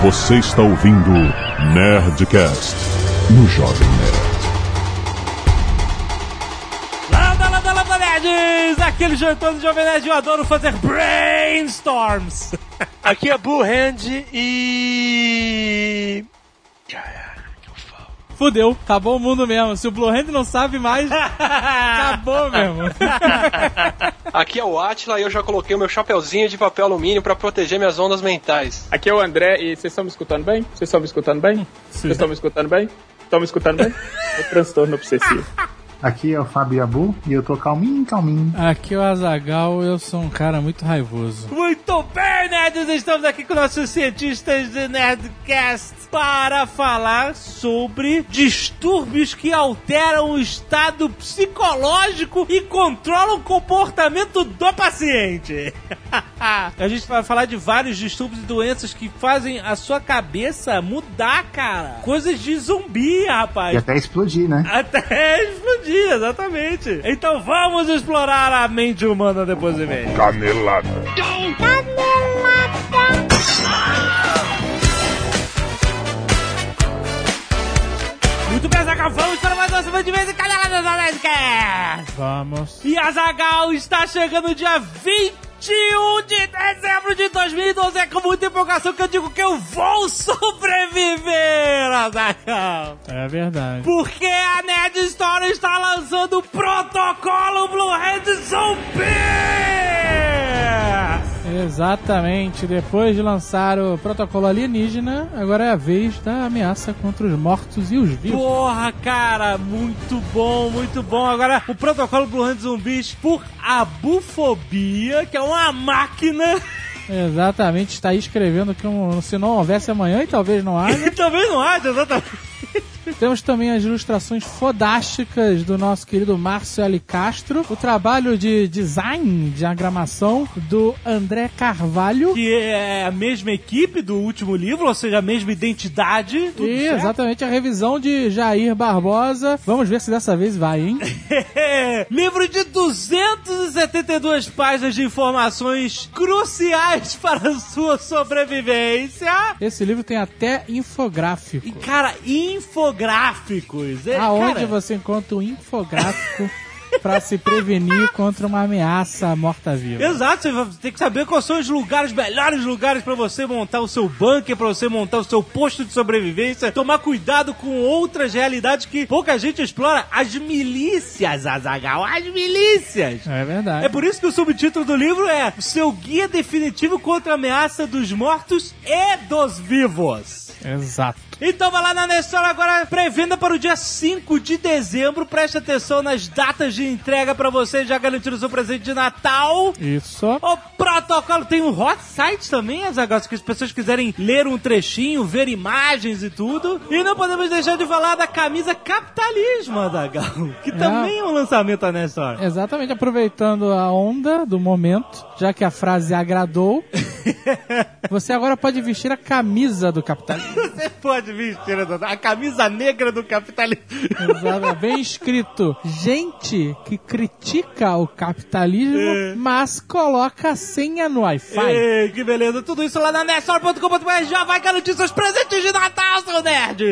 Você está ouvindo Nerdcast no Jovem Nerd. Landa, nerds! Aquele jantão do Jovem Nerd, eu adoro fazer brainstorms. Aqui é Blue Hand e... Fudeu, acabou o mundo mesmo. Se o Blue Hand não sabe mais, acabou mesmo. Aqui é o Atila e eu já coloquei o meu chapeuzinho de papel alumínio pra proteger minhas ondas mentais. Aqui é o André e vocês estão me escutando bem? Vocês estão me escutando bem? Vocês estão me escutando bem? Estão me escutando bem? É transtorno obsessivo. Aqui é o Fábio Abu e eu tô calminho. Aqui é o Azaghal, eu sou um cara muito raivoso. Muito bem, nerds! Estamos aqui com nossos cientistas de Nerdcast para falar sobre distúrbios que alteram o estado psicológico e controlam o comportamento do paciente. A gente vai falar de vários distúrbios e doenças que fazem a sua cabeça mudar, cara. Coisas de zumbi, rapaz. E até explodir, né? Até explodir, exatamente. Então vamos explorar a mente humana depois do e-mail. Canelada. Muito bem, Azaghal, vamos para mais uma semana de vez em Caneladas da Nerdcast. Vamos. E Azaghal está chegando dia 21 de dezembro de 2012. É com muita empolgação que eu digo que eu vou sobreviver, Azaghal. É verdade. Porque a Nerd Store está lançando o protocolo Blue Hand Zumbi! Exatamente. Depois de lançar o protocolo alienígena, agora é a vez da ameaça contra os mortos e os vivos. Porra, cara, muito bom, muito bom. Agora, o protocolo Blue Hand Zumbis por abufobia, que é uma máquina. Exatamente, está aí escrevendo que se não houvesse amanhã, e talvez não haja. Talvez não haja, exatamente. Temos também as ilustrações fodásticas do nosso querido Márcio L. Castro, o trabalho de design, de diagramação do André Carvalho. Que é a mesma equipe do último livro, ou seja, a mesma identidade. Tudo E certo? exatamente a revisão de Jair Barbosa. Vamos ver se dessa vez vai, hein? Livro de 272 páginas de informações cruciais para a sua sobrevivência. Esse livro tem até infográfico. E, cara, infográficos. Aonde cara, você encontra um infográfico pra se prevenir contra uma ameaça morta-viva. Exato, você tem que saber quais são os lugares, melhores lugares pra você montar o seu bunker, pra você montar o seu posto de sobrevivência, tomar cuidado com outras realidades que pouca gente explora. As milícias, Azaghal, as milícias. É verdade. É por isso que o subtítulo do livro é o seu guia definitivo contra a ameaça dos mortos e dos vivos. Exato. Então vai lá na Nestor agora, pré-venda para o dia 5 de dezembro. Preste atenção nas datas de entrega para você já garantir o seu presente de Natal. Isso. O protocolo tem um hot site também, Azaghal, se as pessoas quiserem ler um trechinho, ver imagens e tudo. E não podemos deixar de falar da camisa Capitalismo, Azaghal, que também é um lançamento da Nestor. Exatamente, aproveitando a onda do momento, já que a frase agradou, você agora pode vestir a camisa do capitalismo. Você pode vestir a camisa negra do capitalismo. Exato, bem escrito. Gente que critica o capitalismo, mas coloca a senha no Wi-Fi. Ei, que beleza. Tudo isso lá na Nestor.com.br. Já vai garantir seus presentes de Natal, seu nerd.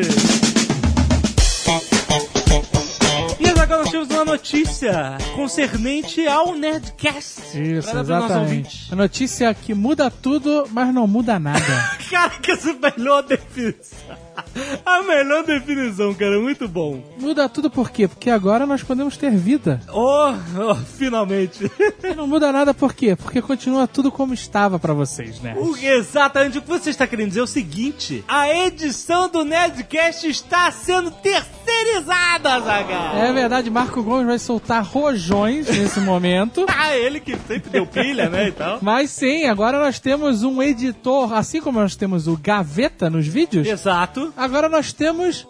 E agora nós temos uma notícia concernente ao Nerdcast. Isso, exatamente. A notícia que muda tudo, mas não muda nada. Cara, que essa é a melhor definição. A melhor definição, cara. Muito bom. Muda tudo por quê? Porque agora nós podemos ter vida. Finalmente. E não muda nada por quê? Porque continua tudo como estava pra vocês, né? Exatamente. O que você está querendo dizer é o seguinte: a edição do Nerdcast está sendo terceirizada, Azaghal. É verdade, Marco Gomes vai soltar rojões nesse momento. Ele que sempre deu pilha, né, e tal. Mas sim, agora nós temos um editor, assim como nós temos o Gaveta nos vídeos. Exato. Agora nós temos o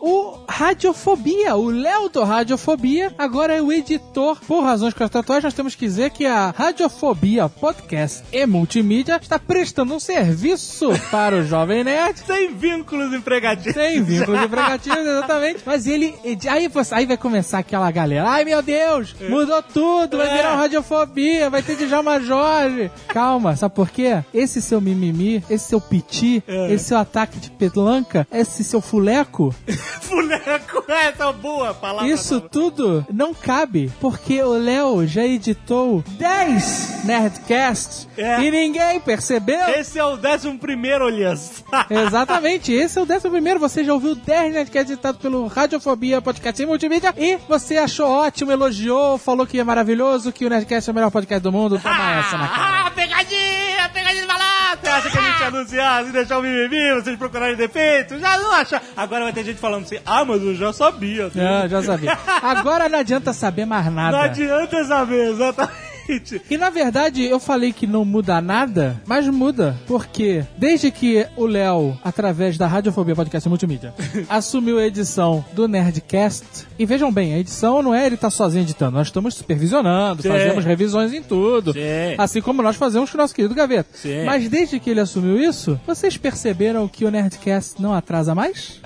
Radiofobia. O Léo do Radiofobia agora é o editor. Por razões contratuais, nós temos que dizer que a Radiofobia Podcast e Multimídia está prestando um serviço para o Jovem Nerd. Sem vínculos empregativos. Sem vínculos empregativos, exatamente. Mas ele... Aí vai começar aquela galera. Ai, meu Deus, mudou tudo, vai virar uma Radiofobia, vai ter Djalma Jorge. Calma, sabe por quê? Esse seu mimimi, esse seu piti, esse seu ataque de pelanca, esse seu fuleco... Fuleco, essa boa palavra. Isso tudo não cabe, porque o Léo já editou 10 Nerdcasts e ninguém percebeu. Esse é o 11º, Olias. Exatamente, esse é o 11º. Você já ouviu 10 Nerdcasts editados pelo Radiofobia Podcast e Multimídia e você achou ótimo, elogiou, falou que é maravilhoso, que o Nerdcast é o melhor podcast do mundo. Toma essa na cara. Pegadinha de balada. Você acha que a gente ia anunciar assim, deixar o mimimi, vocês procurarem defeitos? Já não acha. Agora vai ter gente falando assim, mas eu já sabia. Já sabia. Agora não adianta saber mais nada. Não adianta saber, exatamente. E na verdade eu falei que não muda nada, mas muda, porque desde que o Léo, através da Radiofobia Podcast Multimídia, assumiu a edição do Nerdcast, e vejam bem, a edição não é ele tá sozinho editando, nós estamos supervisionando, fazemos revisões em tudo, assim como nós fazemos com o nosso querido Gaveta. Mas desde que ele assumiu isso, vocês perceberam que o Nerdcast não atrasa mais?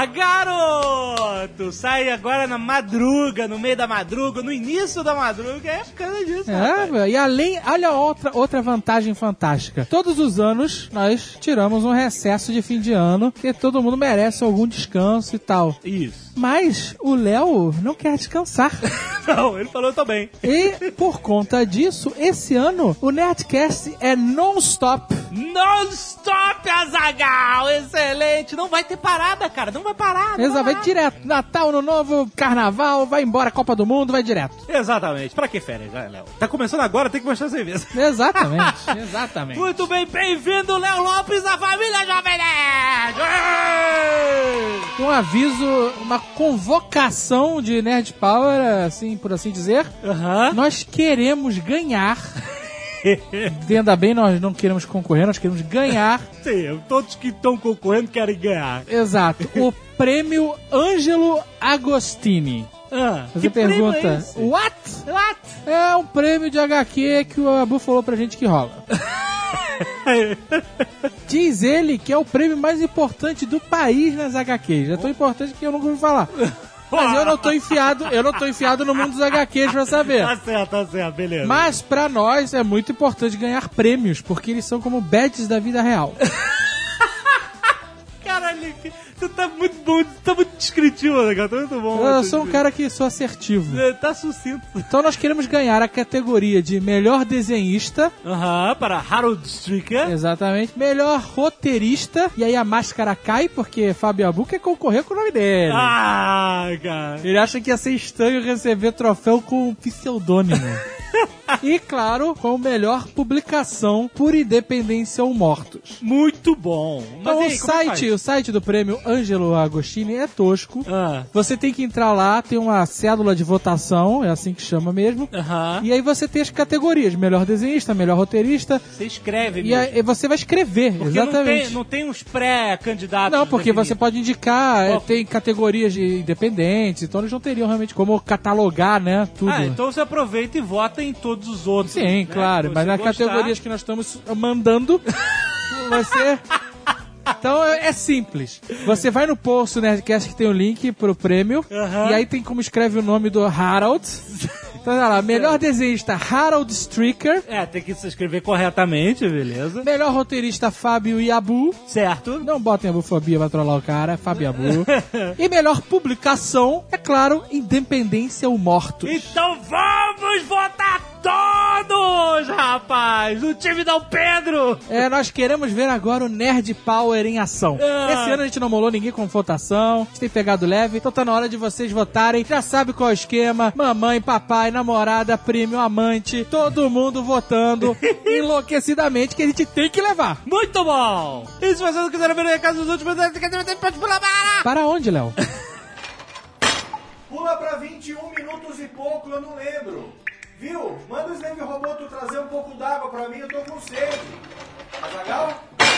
Garoto! Sai agora na madruga, no meio da madruga, no início da madruga, é por causa disso, e além, olha outra vantagem fantástica. Todos os anos nós tiramos um recesso de fim de ano, porque todo mundo merece algum descanso e tal. Isso. Mas o Léo não quer descansar. Não, ele falou também. E por conta disso, esse ano o Nerdcast é non-stop. Non-stop, Azaghal! Excelente! Não vai ter parada, cara. Não vai parar. Exato, vai direto. Natal, Ano Novo, Carnaval, vai embora, Copa do Mundo, vai direto. Exatamente. Pra que férias, né, Léo? Tá começando agora, tem que mostrar serviço. Exatamente, exatamente. Muito bem-vindo, Léo Lopes, da família Jovem Nerd! Um aviso, uma convocação de Nerd Power, assim, por assim dizer. Nós queremos ganhar... Entenda bem, nós não queremos concorrer, nós queremos ganhar. Sim, todos que estão concorrendo querem ganhar. Exato. O prêmio Ângelo Agostini. Você pergunta, what? É um prêmio de HQ que o Abu falou pra gente que rola. Diz ele que é o prêmio mais importante do país nas HQs. É tão importante que eu nunca ouvi falar. Mas eu não tô enfiado no mundo dos HQs pra saber. Tá certo, beleza. Mas pra nós é muito importante ganhar prêmios, porque eles são como badges da vida real. Caralho, você tá muito bom, tá muito descritivo, né, cara? Tá muito bom. Eu sou um cara que sou assertivo. Tá sucinto. Então nós queremos ganhar a categoria de melhor desenhista. Para Harold Stricker. Exatamente. Melhor roteirista. E aí a máscara cai, porque Fábio Abu quer concorrer com o nome dele. Cara. Ele acha que ia ser estranho receber troféu com um pseudônimo. E, claro, com melhor publicação por Independência ou Mortos. Muito bom. Então, mas aí, o site do prêmio Ângelo Agostini é tosco. Você tem que entrar lá, tem uma cédula de votação, é assim que chama mesmo. E aí você tem as categorias, melhor desenhista, melhor roteirista. Você escreve e mesmo. E você vai escrever, porque exatamente. Não tem uns pré-candidatos. Não, porque você pode indicar, tem categorias de independentes, então eles não teriam realmente como catalogar, né, tudo. Então você aproveita e vota em todos os outros. Sim, né? Claro, mas nas categorias que nós estamos mandando, você... Então é simples. Você vai no post do Nerdcast que tem o link pro prêmio, e aí tem como escreve o nome do Harold. Então, olha lá, melhor desenhista, Harold Stricker. Tem que se escrever corretamente, beleza. Melhor roteirista, Fábio Yabu. Certo. Não botem Abufobia pra trollar o cara, Fábio Yabu. E melhor publicação, é claro, Independência ou Mortos. Então vamos votar todos, rapaz, no time Dom Pedro. Nós queremos ver agora o Nerd Power em ação. Esse ano a gente não molou ninguém com votação, a gente tem pegado leve, então tá na hora de vocês votarem. Já sabe qual é o esquema, mamãe, papai, namorada, primo, amante, todo mundo votando enlouquecidamente que a gente tem que levar. Muito bom! E se vocês não quiserem ver o recado dos últimos, pode pular para onde, Léo? Pula pra 21 minutos e pouco, eu não lembro. Viu? Manda o Slave Roboto trazer um pouco d'água pra mim, eu tô com sede. Azaghal?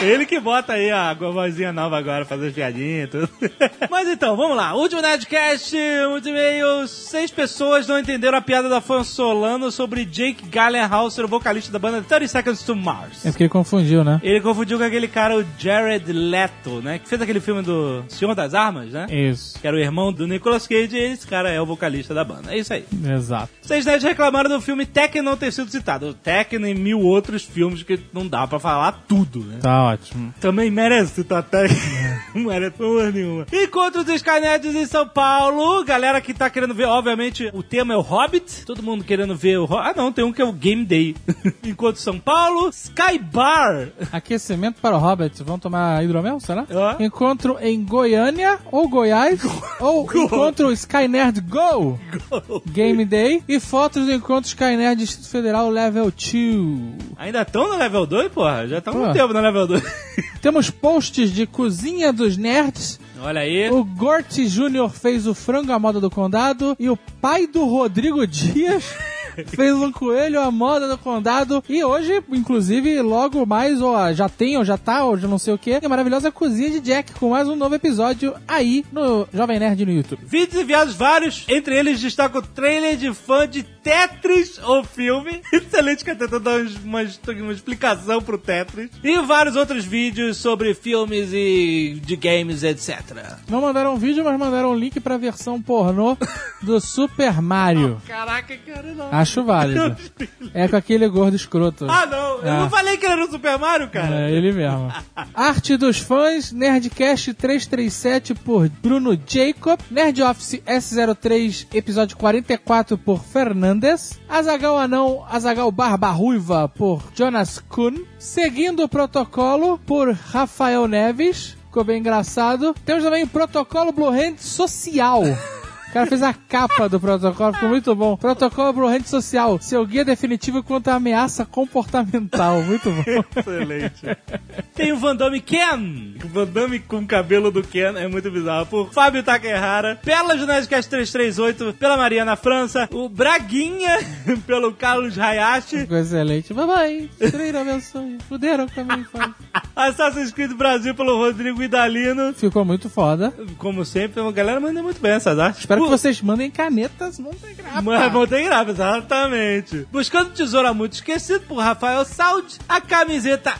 Ele que bota aí a vozinha nova agora, fazer as piadinhas e tudo. Mas então, vamos lá. Último Nerdcast, último e-mail. 6 pessoas não entenderam a piada da Afonso Solano sobre Jake Gyllenhaal ser o vocalista da banda 30 Seconds to Mars. É porque ele confundiu, né? Ele confundiu com aquele cara, o Jared Leto, né? Que fez aquele filme do Senhor das Armas, né? Isso. Que era o irmão do Nicolas Cage, e esse cara é o vocalista da banda. É isso aí. Exato. 6 nerds reclamaram do filme Tekken não ter sido citado. O Tekken e 1000 outros filmes que não dá pra falar tudo, né? Tá ótimo. Também merece citar Tekken. Não merece porra nenhuma. Encontro dos Skynerds em São Paulo. Galera que tá querendo ver, obviamente, o tema é o Hobbit. Todo mundo querendo ver o Hobbit. Ah, não, tem um que é o Game Day. Encontro São Paulo. Sky Bar. Aquecimento para o Hobbit. Vão tomar hidromel, será? Ah. Encontro em Goiânia ou Goiás. ou encontro Sky Nerd Go. Game Day. E fotos do encontro Sky Nerd Distrito Federal Level 2. Ainda estão no Level 2, porra? Já estão muito tempo no Level 2. Temos posts de Cozinha dos Nerds. Olha aí. O Gort Jr. fez o frango à moda do condado. E o pai do Rodrigo Dias fez um coelho à moda do condado. E hoje, inclusive, logo mais, ou já tem, ou já tá, ou já não sei o que, a maravilhosa Cozinha de Jack, com mais um novo episódio aí no Jovem Nerd no YouTube. Vídeos enviados vários, entre eles destaca o trailer de fã de Tetris, o filme. Excelente, que eu tentando dar uma explicação pro Tetris. E vários outros vídeos sobre filmes e de games, etc. Não mandaram vídeo, mas mandaram um link pra versão pornô do Super Mario. Caraca, cara, não. Acho válido. É com aquele gordo escroto. Ah, não. Eu não falei que era no Super Mario, cara. É ele mesmo. Arte dos fãs, Nerdcast 337 por Bruno Jacob. Nerd Office S03, episódio 44 por Fernandes. Azaghal Anão, Azaghal Barba Ruiva por Jonas Kuhn. Seguindo o protocolo por Rafael Neves. Ficou bem engraçado. Temos também o protocolo Blue Hand Social. O cara fez a capa do protocolo, ficou muito bom. Protocolo Blue Hand Social, seu guia definitivo contra a ameaça comportamental. Muito bom. Excelente. Tem o Van Damme Ken. O Van Damme com o cabelo do Ken é muito bizarro. Por Fábio Takehara. Pela Nerdcast 338, pela Mariana França. O Braguinha, pelo Carlos Hayashi. Ficou excelente. Bye-bye. Destruíram meu sonho. Fuderam com a minha infância. Assassin's Creed Brasil pelo Rodrigo Idalino. Ficou muito foda. Como sempre, a galera manda muito bem essas artes. Espero que vocês mandem canetas Montegrappa. Montegrappa, exatamente. Buscando Tesouro há muito esquecido por Rafael Saldi. A camiseta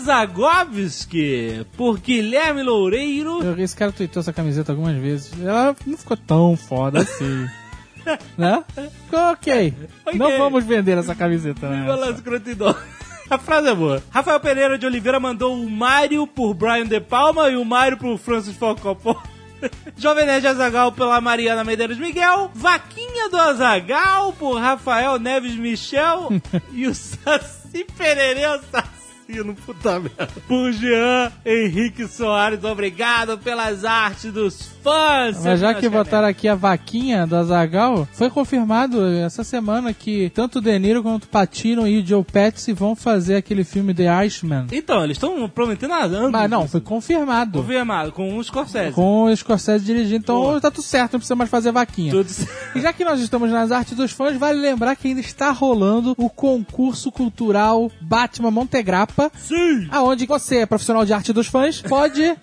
Azagovski por Guilherme Loureiro. Esse cara tweetou essa camiseta algumas vezes. Ela não ficou tão foda assim. Né? Ficou ok. Não vamos vender essa camiseta, né? A frase é boa. Rafael Pereira de Oliveira mandou o Mário por Brian De Palma e o Mário por Francis Ford Coppola. Jovem Nerd Azaghal pela Mariana Medeiros Miguel. Vaquinha do Azaghal por Rafael Neves Michel. E o Saci Pererê Assassino, puta merda, por Jean Henrique Soares. Obrigado pelas artes dos fãs. Mas já que botaram aqui a vaquinha do Azaghal, foi confirmado essa semana que tanto o De Niro quanto o Pacino e o Joe Pesci vão fazer aquele filme The Irishman. Então, eles estão prometendo a anos. Mas não, foi confirmado. Confirmado, com o Scorsese. Com o Scorsese dirigindo, então tá tudo certo, não precisa mais fazer vaquinha. Tudo certo. E já que nós estamos nas artes dos fãs, vale lembrar que ainda está rolando o concurso cultural Batman Montegrappa. Sim! Aonde você, profissional de arte dos fãs, pode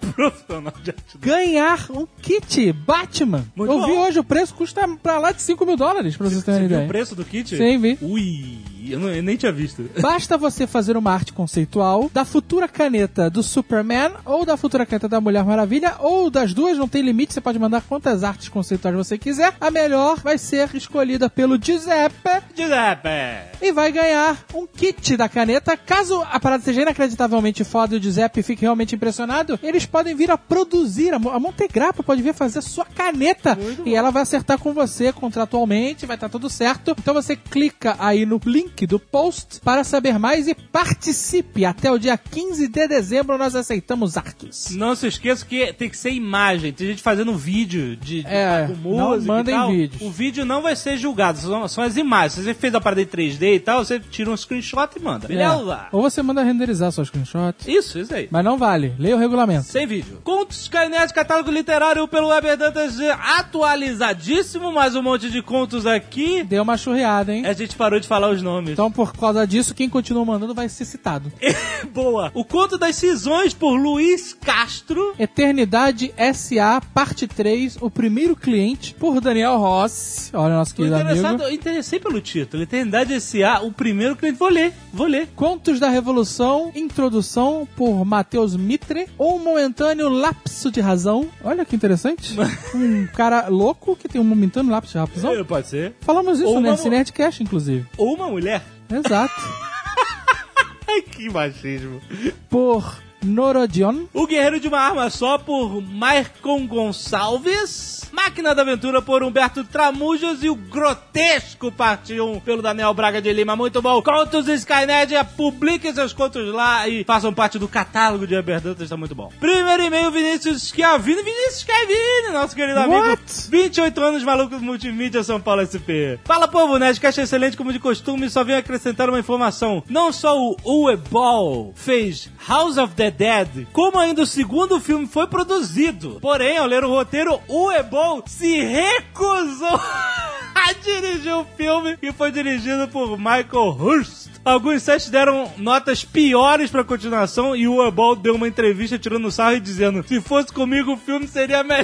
ganhar um kit Batman. Muito Eu vi bom. hoje, o preço custa pra lá de $5 mil, pra vocês terem Você viu ideia. o preço do kit? Sim, vi. Ui, eu nem tinha visto. Basta você fazer uma arte conceitual da futura caneta do Superman ou da futura caneta da Mulher Maravilha, ou das duas, não tem limite, você pode mandar quantas artes conceituais você quiser. A melhor vai ser escolhida pelo Giuseppe e vai ganhar um kit da caneta. Caso a parada seja inacreditavelmente foda e o Giuseppe fique realmente impressionado, eles podem vir a produzir, a Montegrappa pode vir fazer a sua caneta e ela vai acertar com você contratualmente, vai estar tudo certo. Então você clica aí no link do post para saber mais e participe. Até o dia 15 de dezembro nós aceitamos artes. Não se esqueça que tem que ser imagem. Tem gente fazendo vídeo com música não mandem e tal. vídeos. O vídeo não vai ser julgado, são as imagens. Se você fez a parada em 3D e tal, você tira um screenshot e manda. Beleza? Ou você manda renderizar seus screenshots. Isso aí. Mas não vale. Leia o regulamento. Sem vídeo. Contos Skynet, catálogo literário pelo Weberdantas, atualizadíssimo. Mais um monte de contos aqui. Deu uma churreada, hein? A gente parou de falar os nomes. nomes. Então, por causa disso, quem continua mandando vai ser citado. Boa. O Conto das Cisões, por Luiz Castro. Eternidade S.A. Parte 3, O Primeiro Cliente, por Daniel Rossi. Olha, nosso querido amigo. Eu interessei pelo título. Eternidade S.A. O Primeiro Cliente. Vou ler. Contos da Revolução, Introdução, por Matheus Mitre. Um momentâneo lapso de razão. Olha que interessante. Um cara louco que tem um momentâneo lapso de razão. Pode ser. Falamos isso nesse Nerdcast, inclusive. Ou uma mulher. Exato. Ai, que machismo. Por Norodion. O Guerreiro de uma Arma Só, por Maicon Gonçalves. Máquina da Aventura, por Humberto Tramujas. E o Grotesco, parte 1, pelo Daniel Braga de Lima. Muito bom. Contos Skynet, publiquem seus contos lá e façam parte do catálogo de Aberdantas, está muito bom. Primeiro e-mail, Vinícius Schiavini, nosso querido amigo. 28 anos, maluco do multimídia, São Paulo SP. Fala, povo, Nerdcast é excelente como de costume, só venho acrescentar uma informação. Não só o Uwe Boll fez House of the Dead, como ainda o segundo filme foi produzido. Porém, ao ler o roteiro, Uwe Boll se recusou a dirigir o filme, que foi dirigido por Michael Hurst. Alguns sites deram notas piores pra continuação e o Uwe Boll deu uma entrevista tirando sarro e dizendo: se fosse comigo o filme seria melhor.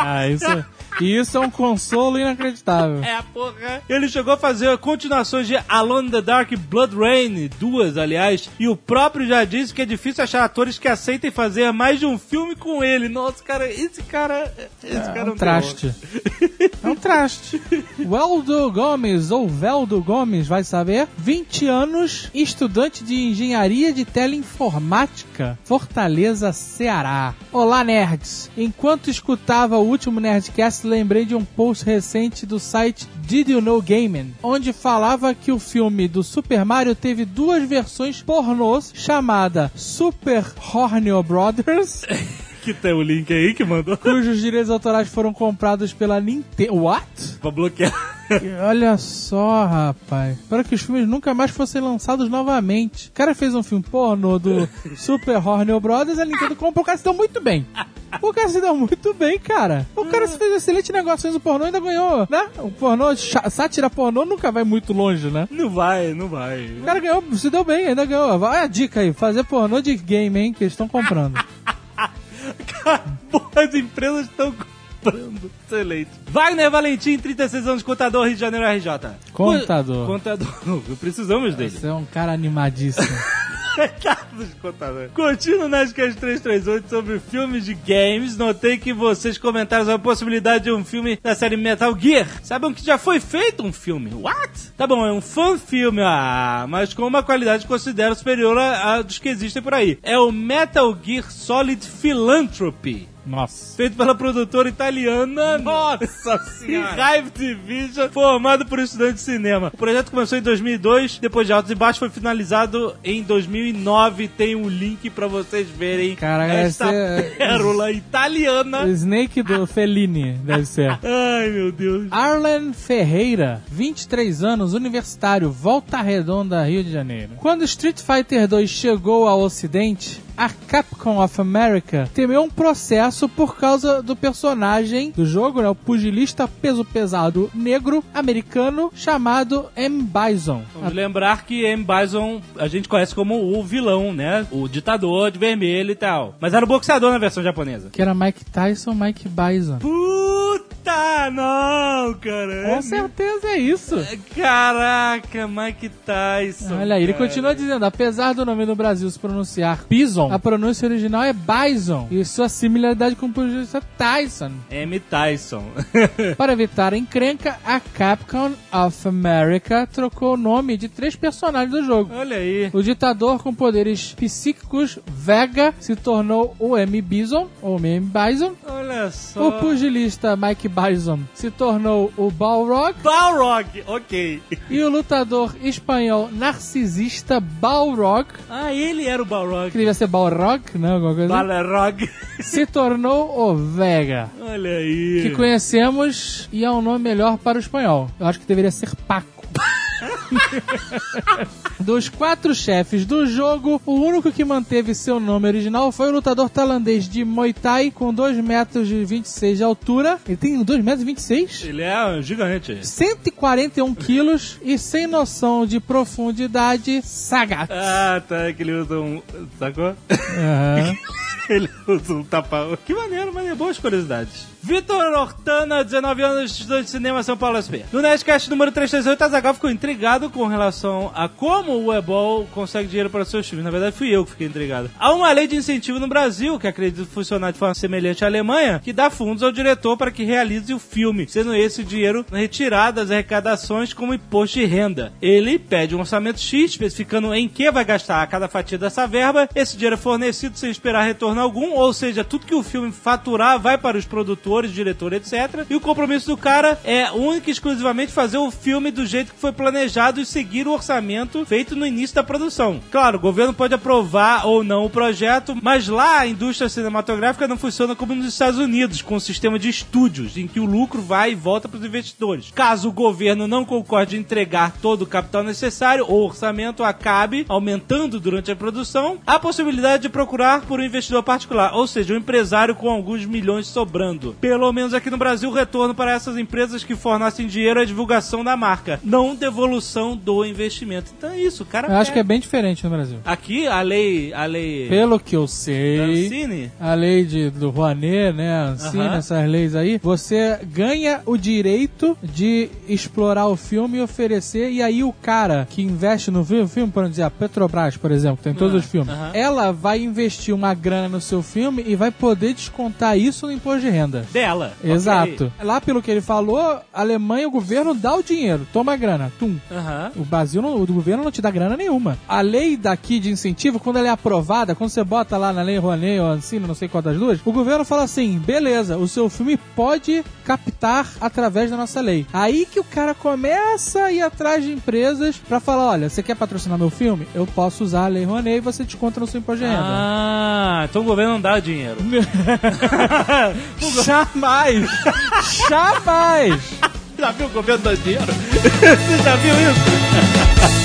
Isso é um consolo inacreditável. Porra. Ele chegou a fazer continuações de Alone in the Dark e Blood Rain, 2, aliás, e o próprio já disse que é difícil achar atores que aceitem fazer mais de um filme com ele. Nossa, cara, esse cara é um traste. É um traste. Weldo Gomes, ou Veldo Gomes, vai saber, 20 anos, estudante de engenharia de teleinformática, Fortaleza, Ceará. Olá, nerds. Enquanto escutava o último Nerdcast, lembrei de um post recente do site Did You Know Gaming, onde falava que o filme do Super Mario teve duas versões pornôs, chamada Super Hornio Brothers que tem o link aí que mandou, cujos direitos autorais foram comprados pela Nintendo. What? Pra bloquear. Olha só, rapaz. Para que os filmes nunca mais fossem lançados novamente. O cara fez um filme pornô do Super Hornio Brothers, a Nintendo comprou. O cara se deu muito bem. O cara se deu muito bem, cara. O cara fez um excelente negócio, fez o pornô e ainda ganhou, né? O pornô, sátira pornô nunca vai muito longe, né? Não vai. O cara ganhou, se deu bem, ainda ganhou. Olha a dica aí, fazer pornô de game, hein, que eles estão comprando. Cara, as empresas estão comprando. Excelente. Wagner Valentim, 36 anos, contador, Rio de Janeiro, RJ. Contador. Precisamos dele. Você é um cara animadíssimo. Carlos Contador. Curtindo o Nerdcast 338 sobre filmes de games, notei que vocês comentaram sobre a possibilidade de um filme da série Metal Gear. Sabem que já foi feito um filme. What? Tá bom, é um fan-filme, mas com uma qualidade que considero superior a dos que existem por aí. É o Metal Gear Solid Philanthropy. Nossa. Feito pela produtora italiana. Nossa senhora. Hive Division, formado por estudantes de cinema. O projeto começou em 2002, depois de altos e baixos, foi finalizado em 2009. Tem um link pra vocês verem. Caraca, esta pérola italiana. Snake do Fellini, deve ser. Ai, meu Deus. Arlen Ferreira, 23 anos, universitário, Volta Redonda, Rio de Janeiro. Quando Street Fighter 2 chegou ao Ocidente, a Capcom of America temeu um processo por causa do personagem do jogo, né, o pugilista peso pesado negro americano chamado M. Bison. Vamos lembrar que M. Bison a gente conhece como o vilão, né? O ditador de vermelho e tal. Mas era o boxeador na versão japonesa. Que era Mike Tyson, Mike Bison. Puta, não, cara. Com certeza é isso. Caraca, Mike Tyson. Olha aí, ele continua dizendo, apesar do nome no Brasil se pronunciar Bison, a pronúncia original é Bison e sua similaridade com o pugilista Tyson. M. Tyson. Para evitar a encrenca, a Capcom of America trocou o nome de 3 personagens do jogo. Olha aí. O ditador com poderes psíquicos Vega se tornou o M. Bison, ou M. Bison. Olha só. O pugilista Mike Bison se tornou o Balrog. Balrog, ok. E o lutador espanhol narcisista Balrog. Ah, ele era o Balrog. Que devia ser Balrog, né? Alguma coisa assim. Balrog. Se tornou o Vega. Olha aí. Que conhecemos e é um nome melhor para o espanhol. Eu acho que deveria ser Paco. Dos 4 chefes do jogo, o único que manteve seu nome original foi o lutador tailandês de Muay Thai com 2,26 metros de altura. Ele tem 2,26 metros? Ele é gigante. 141 quilos e sem noção de profundidade, Sagat. Ah, tá, que ele usa um... Sacou? Uhum. Ele usa um tapa... Que maneiro, mas é boas curiosidades. Vitor Hortana, 19 anos, estudante de cinema, São Paulo SP. No Nerdcast número 338, Azaghal ficou intrigado com relação a como o Ebol consegue dinheiro para seus filmes. Na verdade, fui eu que fiquei intrigado. Há uma lei de incentivo no Brasil, que acredito funcionar de forma semelhante à Alemanha, que dá fundos ao diretor para que realize o filme, sendo esse o dinheiro retirado das arrecadações como imposto de renda. Ele pede um orçamento X, especificando em que vai gastar a cada fatia dessa verba. Esse dinheiro é fornecido sem esperar retorno algum, ou seja, tudo que o filme faturar vai para os produtores, diretor, etc. E o compromisso do cara é único e exclusivamente fazer o filme do jeito que foi planejado e seguir o orçamento feito no início da produção. Claro, o governo pode aprovar ou não o projeto, mas lá a indústria cinematográfica não funciona como nos Estados Unidos, com um sistema de estúdios, em que o lucro vai e volta para os investidores. Caso o governo não concorde em entregar todo o capital necessário, o orçamento acabe aumentando durante a produção, há a possibilidade de procurar por um investidor particular, ou seja, um empresário com alguns milhões sobrando. Pelo menos aqui no Brasil, o retorno para essas empresas que fornecem dinheiro é a divulgação da marca, não devolução do investimento. Então é isso, cara. Eu acho que é bem diferente no Brasil. Aqui, a lei... Pelo que eu sei, Ancine? a lei do Rouanet, né, Ancine, essas leis aí, você ganha o direito de explorar o filme e oferecer, e aí o cara que investe no filme, por exemplo, a Petrobras, por exemplo, que tem todos os filmes, ela vai investir uma grana no seu filme e vai poder descontar isso no imposto de renda. Dela. Exato. Okay. Lá, pelo que ele falou, a Alemanha, o governo dá o dinheiro, toma a grana, tum. O Brasil, o governo não te dá grana nenhuma. A lei daqui de incentivo, quando ela é aprovada, quando você bota lá na lei Rouanet ou Ancine, não sei qual das duas, o governo fala assim, beleza, o seu filme pode captar através da nossa lei. Aí que o cara começa a ir atrás de empresas pra falar, olha, você quer patrocinar meu filme? Eu posso usar a lei Rouanet e você desconta no seu imposto de renda. Ah, então o governo não dá dinheiro. Jamais! Jamais! Já viu o governo dando dinheiro? Você já viu isso?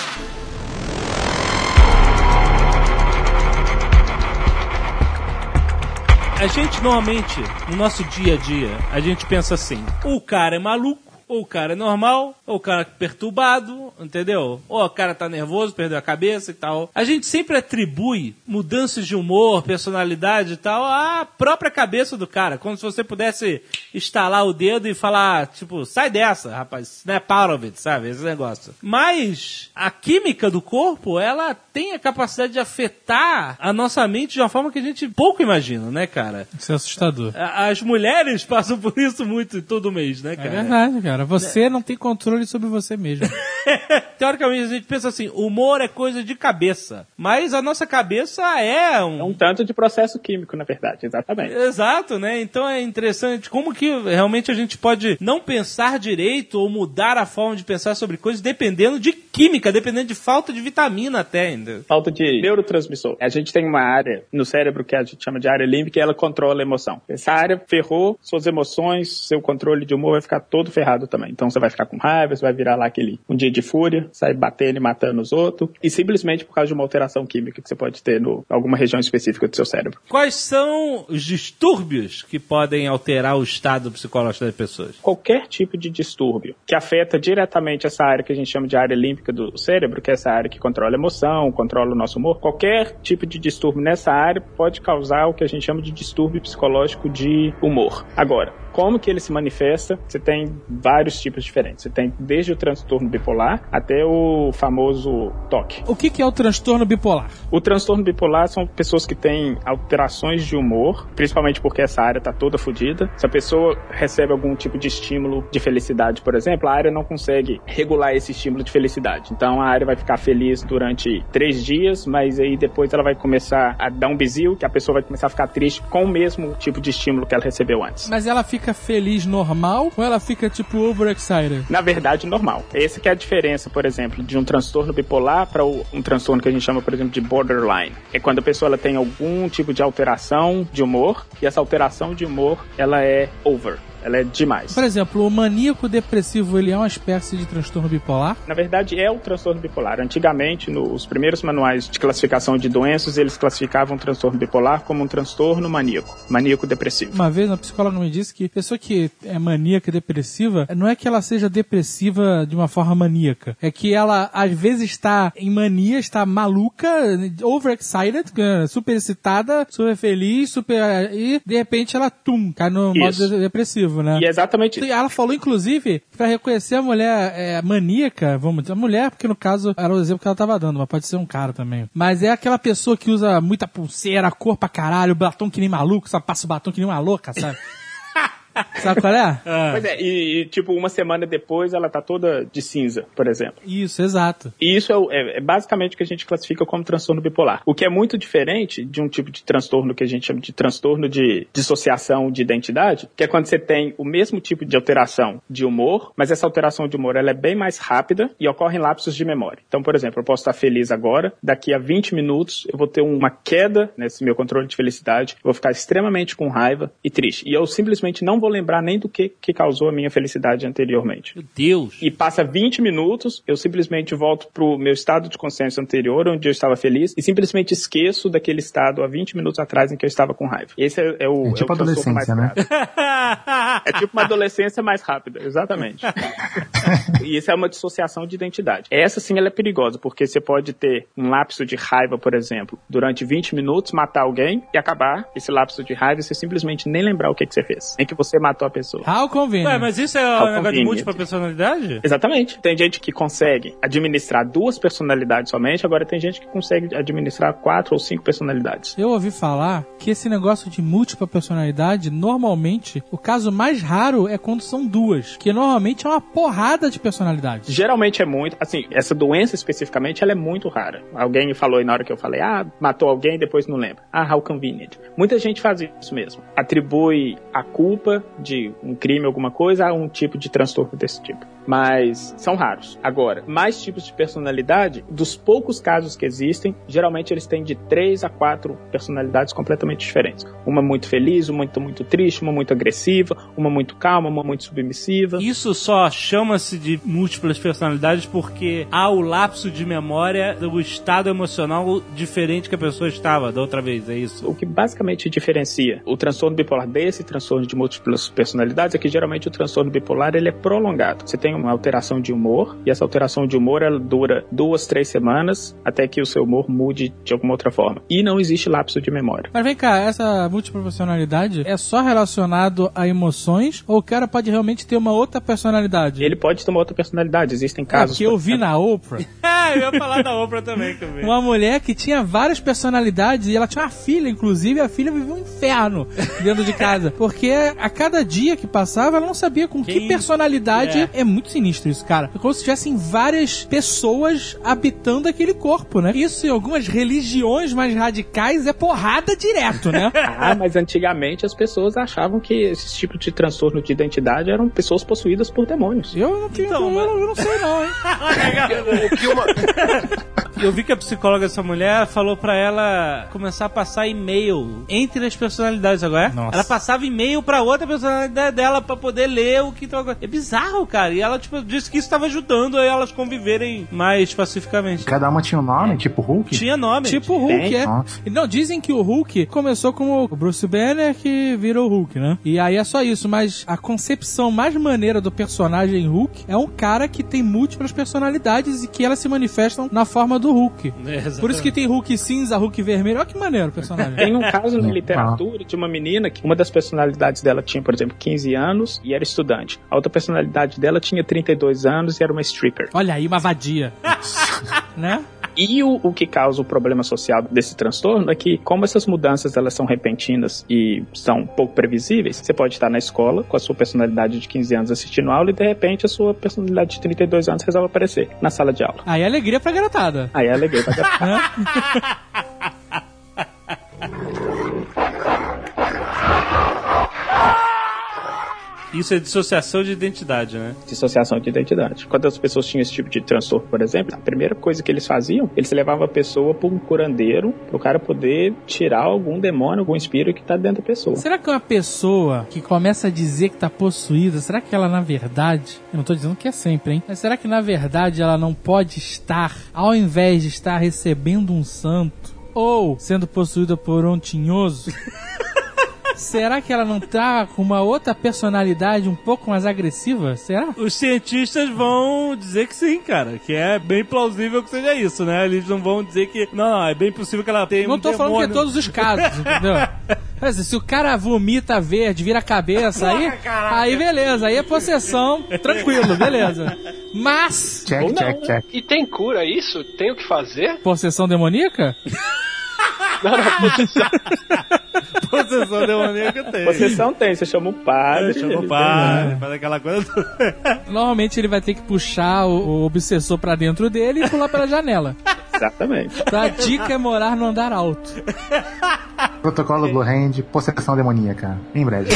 A gente normalmente, no nosso dia a dia, a gente pensa assim, o cara é maluco, ou o cara é normal, ou o cara é perturbado, entendeu? Ou o cara tá nervoso, perdeu a cabeça e tal. A gente sempre atribui mudanças de humor, personalidade e tal à própria cabeça do cara. Como se você pudesse estalar o dedo e falar, tipo, sai dessa, rapaz, snap out of it, sabe? Esse negócio. Mas a química do corpo, ela tem a capacidade de afetar a nossa mente de uma forma que a gente pouco imagina, né, cara? Isso é assustador. As mulheres passam por isso muito todo mês, né, cara? É verdade, cara. Você não tem controle sobre você mesmo. Teoricamente, a gente pensa assim, humor é coisa de cabeça. Mas a nossa cabeça é um tanto de processo químico, na verdade, exatamente. Exato, né? Então é interessante como que realmente a gente pode não pensar direito ou mudar a forma de pensar sobre coisas dependendo de química, dependendo de falta de vitamina até ainda. Falta de neurotransmissor. A gente tem uma área no cérebro que a gente chama de área límbica e ela controla a emoção. Essa área ferrou suas emoções, seu controle de humor vai ficar todo ferrado também. Então você vai ficar com raiva, você vai virar lá um dia de fúria, sai batendo e matando os outros, e simplesmente por causa de uma alteração química que você pode ter em alguma região específica do seu cérebro. Quais são os distúrbios que podem alterar o estado psicológico das pessoas? Qualquer tipo de distúrbio que afeta diretamente essa área que a gente chama de área límbica do cérebro, que é essa área que controla a emoção, controla o nosso humor, qualquer tipo de distúrbio nessa área pode causar o que a gente chama de distúrbio psicológico de humor. Agora, como que ele se manifesta? Você tem vários tipos diferentes. Você tem desde o transtorno bipolar até o famoso TOC. O que é o transtorno bipolar? O transtorno bipolar são pessoas que têm alterações de humor, principalmente porque essa área está toda fodida. Se a pessoa recebe algum tipo de estímulo de felicidade, por exemplo, a área não consegue regular esse estímulo de felicidade. Então a área vai ficar feliz durante 3 dias, mas aí depois ela vai começar a dar um bizil, que a pessoa vai começar a ficar triste com o mesmo tipo de estímulo que ela recebeu antes. Mas ela fica feliz normal ou ela fica tipo overexcited? Na verdade, normal. Essa que é a diferença, por exemplo, de um transtorno bipolar para um transtorno que a gente chama, por exemplo, de borderline. É quando a pessoa ela tem algum tipo de alteração de humor e essa alteração de humor ela é over. Ela é demais. Por exemplo, o maníaco depressivo, ele é uma espécie de transtorno bipolar? Na verdade, é o transtorno bipolar. Antigamente, nos primeiros manuais de classificação de doenças, eles classificavam o transtorno bipolar como um transtorno maníaco depressivo. Uma vez, uma psicóloga me disse que a pessoa que é maníaca depressiva, não é que ela seja depressiva de uma forma maníaca, é que ela, às vezes, está em mania, está maluca, overexcited, super excitada, super feliz, e, de repente, ela, cai no modo depressivo, né? E exatamente isso. Ela falou, inclusive, pra reconhecer a mulher maníaca, vamos dizer, a mulher, porque no caso era o exemplo que ela tava dando, mas pode ser um cara também. Mas é aquela pessoa que usa muita pulseira, cor pra caralho, batom que nem maluco, só passa o batom que nem uma louca, sabe? Sabe qual é? Pois é, e tipo, uma semana depois ela tá toda de cinza, por exemplo. Isso, exato. E isso é basicamente o que a gente classifica como transtorno bipolar. O que é muito diferente de um tipo de transtorno que a gente chama de transtorno de dissociação de identidade, que é quando você tem o mesmo tipo de alteração de humor, mas essa alteração de humor ela é bem mais rápida e ocorre em lapsos de memória. Então, por exemplo, eu posso estar feliz agora, daqui a 20 minutos eu vou ter uma queda nesse meu controle de felicidade, eu vou ficar extremamente com raiva e triste. E eu simplesmente não vou lembrar nem do que causou a minha felicidade anteriormente. Meu Deus! E passa 20 minutos, eu simplesmente volto pro meu estado de consciência anterior, onde eu estava feliz, e simplesmente esqueço daquele estado há 20 minutos atrás em que eu estava com raiva. Esse é o tipo adolescência, né? É tipo uma adolescência mais rápida, exatamente. E isso é uma dissociação de identidade. Essa sim, ela é perigosa, porque você pode ter um lapso de raiva, por exemplo, durante 20 minutos, matar alguém e acabar esse lapso de raiva e você simplesmente nem lembrar o que você fez. Nem que você matou a pessoa. How convenient. Ué, mas isso é um negócio de múltipla personalidade? Exatamente. Tem gente que consegue administrar 2 personalidades somente, agora tem gente que consegue administrar 4 ou 5 personalidades. Eu ouvi falar que esse negócio de múltipla personalidade, normalmente, o caso mais raro é quando são 2, que normalmente é uma porrada de personalidades. Geralmente é muito, assim, essa doença especificamente, ela é muito rara. Alguém falou aí na hora que eu falei, matou alguém e depois não lembra. How convenient. Muita gente faz isso mesmo. Atribui a culpa de um crime, alguma coisa, a um tipo de transtorno desse tipo. Mas são raros. Agora, mais tipos de personalidade, dos poucos casos que existem, geralmente eles têm de 3 a 4 personalidades completamente diferentes. Uma muito feliz, uma muito triste, uma muito agressiva, uma muito calma, uma muito submissiva. Isso só chama-se de múltiplas personalidades porque há o lapso de memória do estado emocional diferente que a pessoa estava da outra vez, é isso? O que basicamente diferencia o transtorno bipolar desse transtorno de múltiplas personalidades é que geralmente o transtorno bipolar ele é prolongado. Você tem uma alteração de humor e essa alteração de humor ela dura 2, 3 semanas até que o seu humor mude de alguma outra forma. E não existe lapso de memória. Mas vem cá, essa múltipla personalidade é só relacionado a emoções ou o cara pode realmente ter uma outra personalidade? Ele pode ter uma outra personalidade. Existem casos... que eu vi na Oprah. Eu ia falar da Oprah também, que eu vi. Uma mulher que tinha várias personalidades e ela tinha uma filha, inclusive, a filha vivia um inferno dentro de casa. Porque a cada dia que passava, ela não sabia com que personalidade... É muito sinistro isso, cara. É como se tivessem várias pessoas habitando aquele corpo, né? Isso em algumas religiões mais radicais é porrada direto, né? Mas antigamente as pessoas achavam que esse tipo de transtorno de identidade eram pessoas possuídas por demônios. Eu não tenho... eu não sei não, hein? Eu vi que a psicóloga dessa mulher falou pra ela começar a passar e-mail entre as personalidades agora. Nossa. Ela passava e-mail pra outra personalidade dela pra poder ler o que tava... É bizarro, cara. E ela, disse que isso tava ajudando a elas conviverem mais pacificamente. Cada uma tinha um nome, tipo Hulk? Tinha nome. Tipo Hulk, é. Nossa. Não, dizem que o Hulk começou como o Bruce Banner que virou o Hulk, né? E aí é só isso, mas a concepção mais maneira do personagem Hulk é um cara que tem múltiplas personalidades e que elas se manifestam na forma do Hulk. Por isso que tem Hulk cinza, Hulk vermelho. Olha que maneiro o personagem. Tem um caso na literatura de uma menina que uma das personalidades dela tinha, por exemplo, 15 anos e era estudante. A outra personalidade dela tinha 32 anos e era uma stripper. Olha aí, uma vadia. Né? E o que causa o problema social desse transtorno é que, como essas mudanças elas são repentinas e são pouco previsíveis, você pode estar na escola com a sua personalidade de 15 anos assistindo aula e, de repente, a sua personalidade de 32 anos resolve aparecer na sala de aula. Aí é alegria pra garotada. Aí é alegria pra garotada. Isso é dissociação de identidade, né? Dissociação de identidade. Quando as pessoas tinham esse tipo de transtorno, por exemplo, a primeira coisa que eles faziam, eles levavam a pessoa para um curandeiro, para o cara poder tirar algum demônio, algum espírito que está dentro da pessoa. Será que uma pessoa que começa a dizer que está possuída, será que ela na verdade, eu não estou dizendo que é sempre, hein? Mas será que na verdade ela não pode estar, ao invés de estar recebendo um santo, ou sendo possuída por um tinhoso... Será que ela não tá com uma outra personalidade um pouco mais agressiva? Será? Os cientistas vão dizer que sim, cara. Que é bem plausível que seja isso, né? Eles não vão dizer que... Não, é bem possível que ela tenha não tô falando que é todos os casos, entendeu? Mas, se o cara vomita verde, vira a cabeça, aí beleza. Aí é possessão, tranquilo, beleza. Mas... Check. E tem cura isso? Tem o que fazer? Possessão demoníaca? Não, possessão. Possessão demoníaca tem. Possessão tem, você chama o padre. Chama o padre, faz aquela coisa. Normalmente ele vai ter que puxar o obsessor pra dentro dele e pular pela janela. Exatamente. A dica é morar no andar alto. Protocolo Blue Hand, possessão demoníaca. Em breve.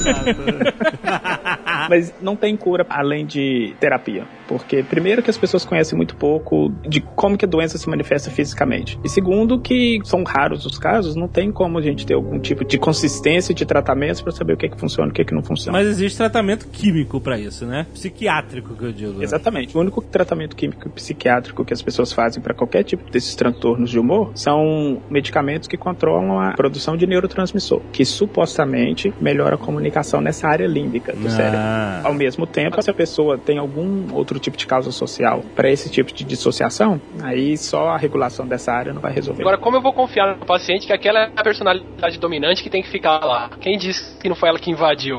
Mas não tem cura além de terapia. Porque, primeiro, que as pessoas conhecem muito pouco de como que a doença se manifesta fisicamente. E segundo, que são raros os casos, não tem como a gente ter algum tipo de consistência de tratamentos para saber o que funciona e o que não funciona. Mas existe tratamento químico para isso, né? Psiquiátrico, que eu digo. Exatamente. O único tratamento químico e psiquiátrico que as pessoas fazem para qualquer tipo desses transtornos de humor são medicamentos que controlam a produção de neurotransmissor, que supostamente melhora a comunicação nessa área límbica do cérebro. Ao mesmo tempo, se a pessoa tem algum outro tipo de causa social para esse tipo de dissociação, aí só a regulação dessa área não vai resolver. Agora, como eu vou confiar no paciente que aquela é a personalidade dominante que tem que ficar lá? Quem disse que não foi ela que invadiu?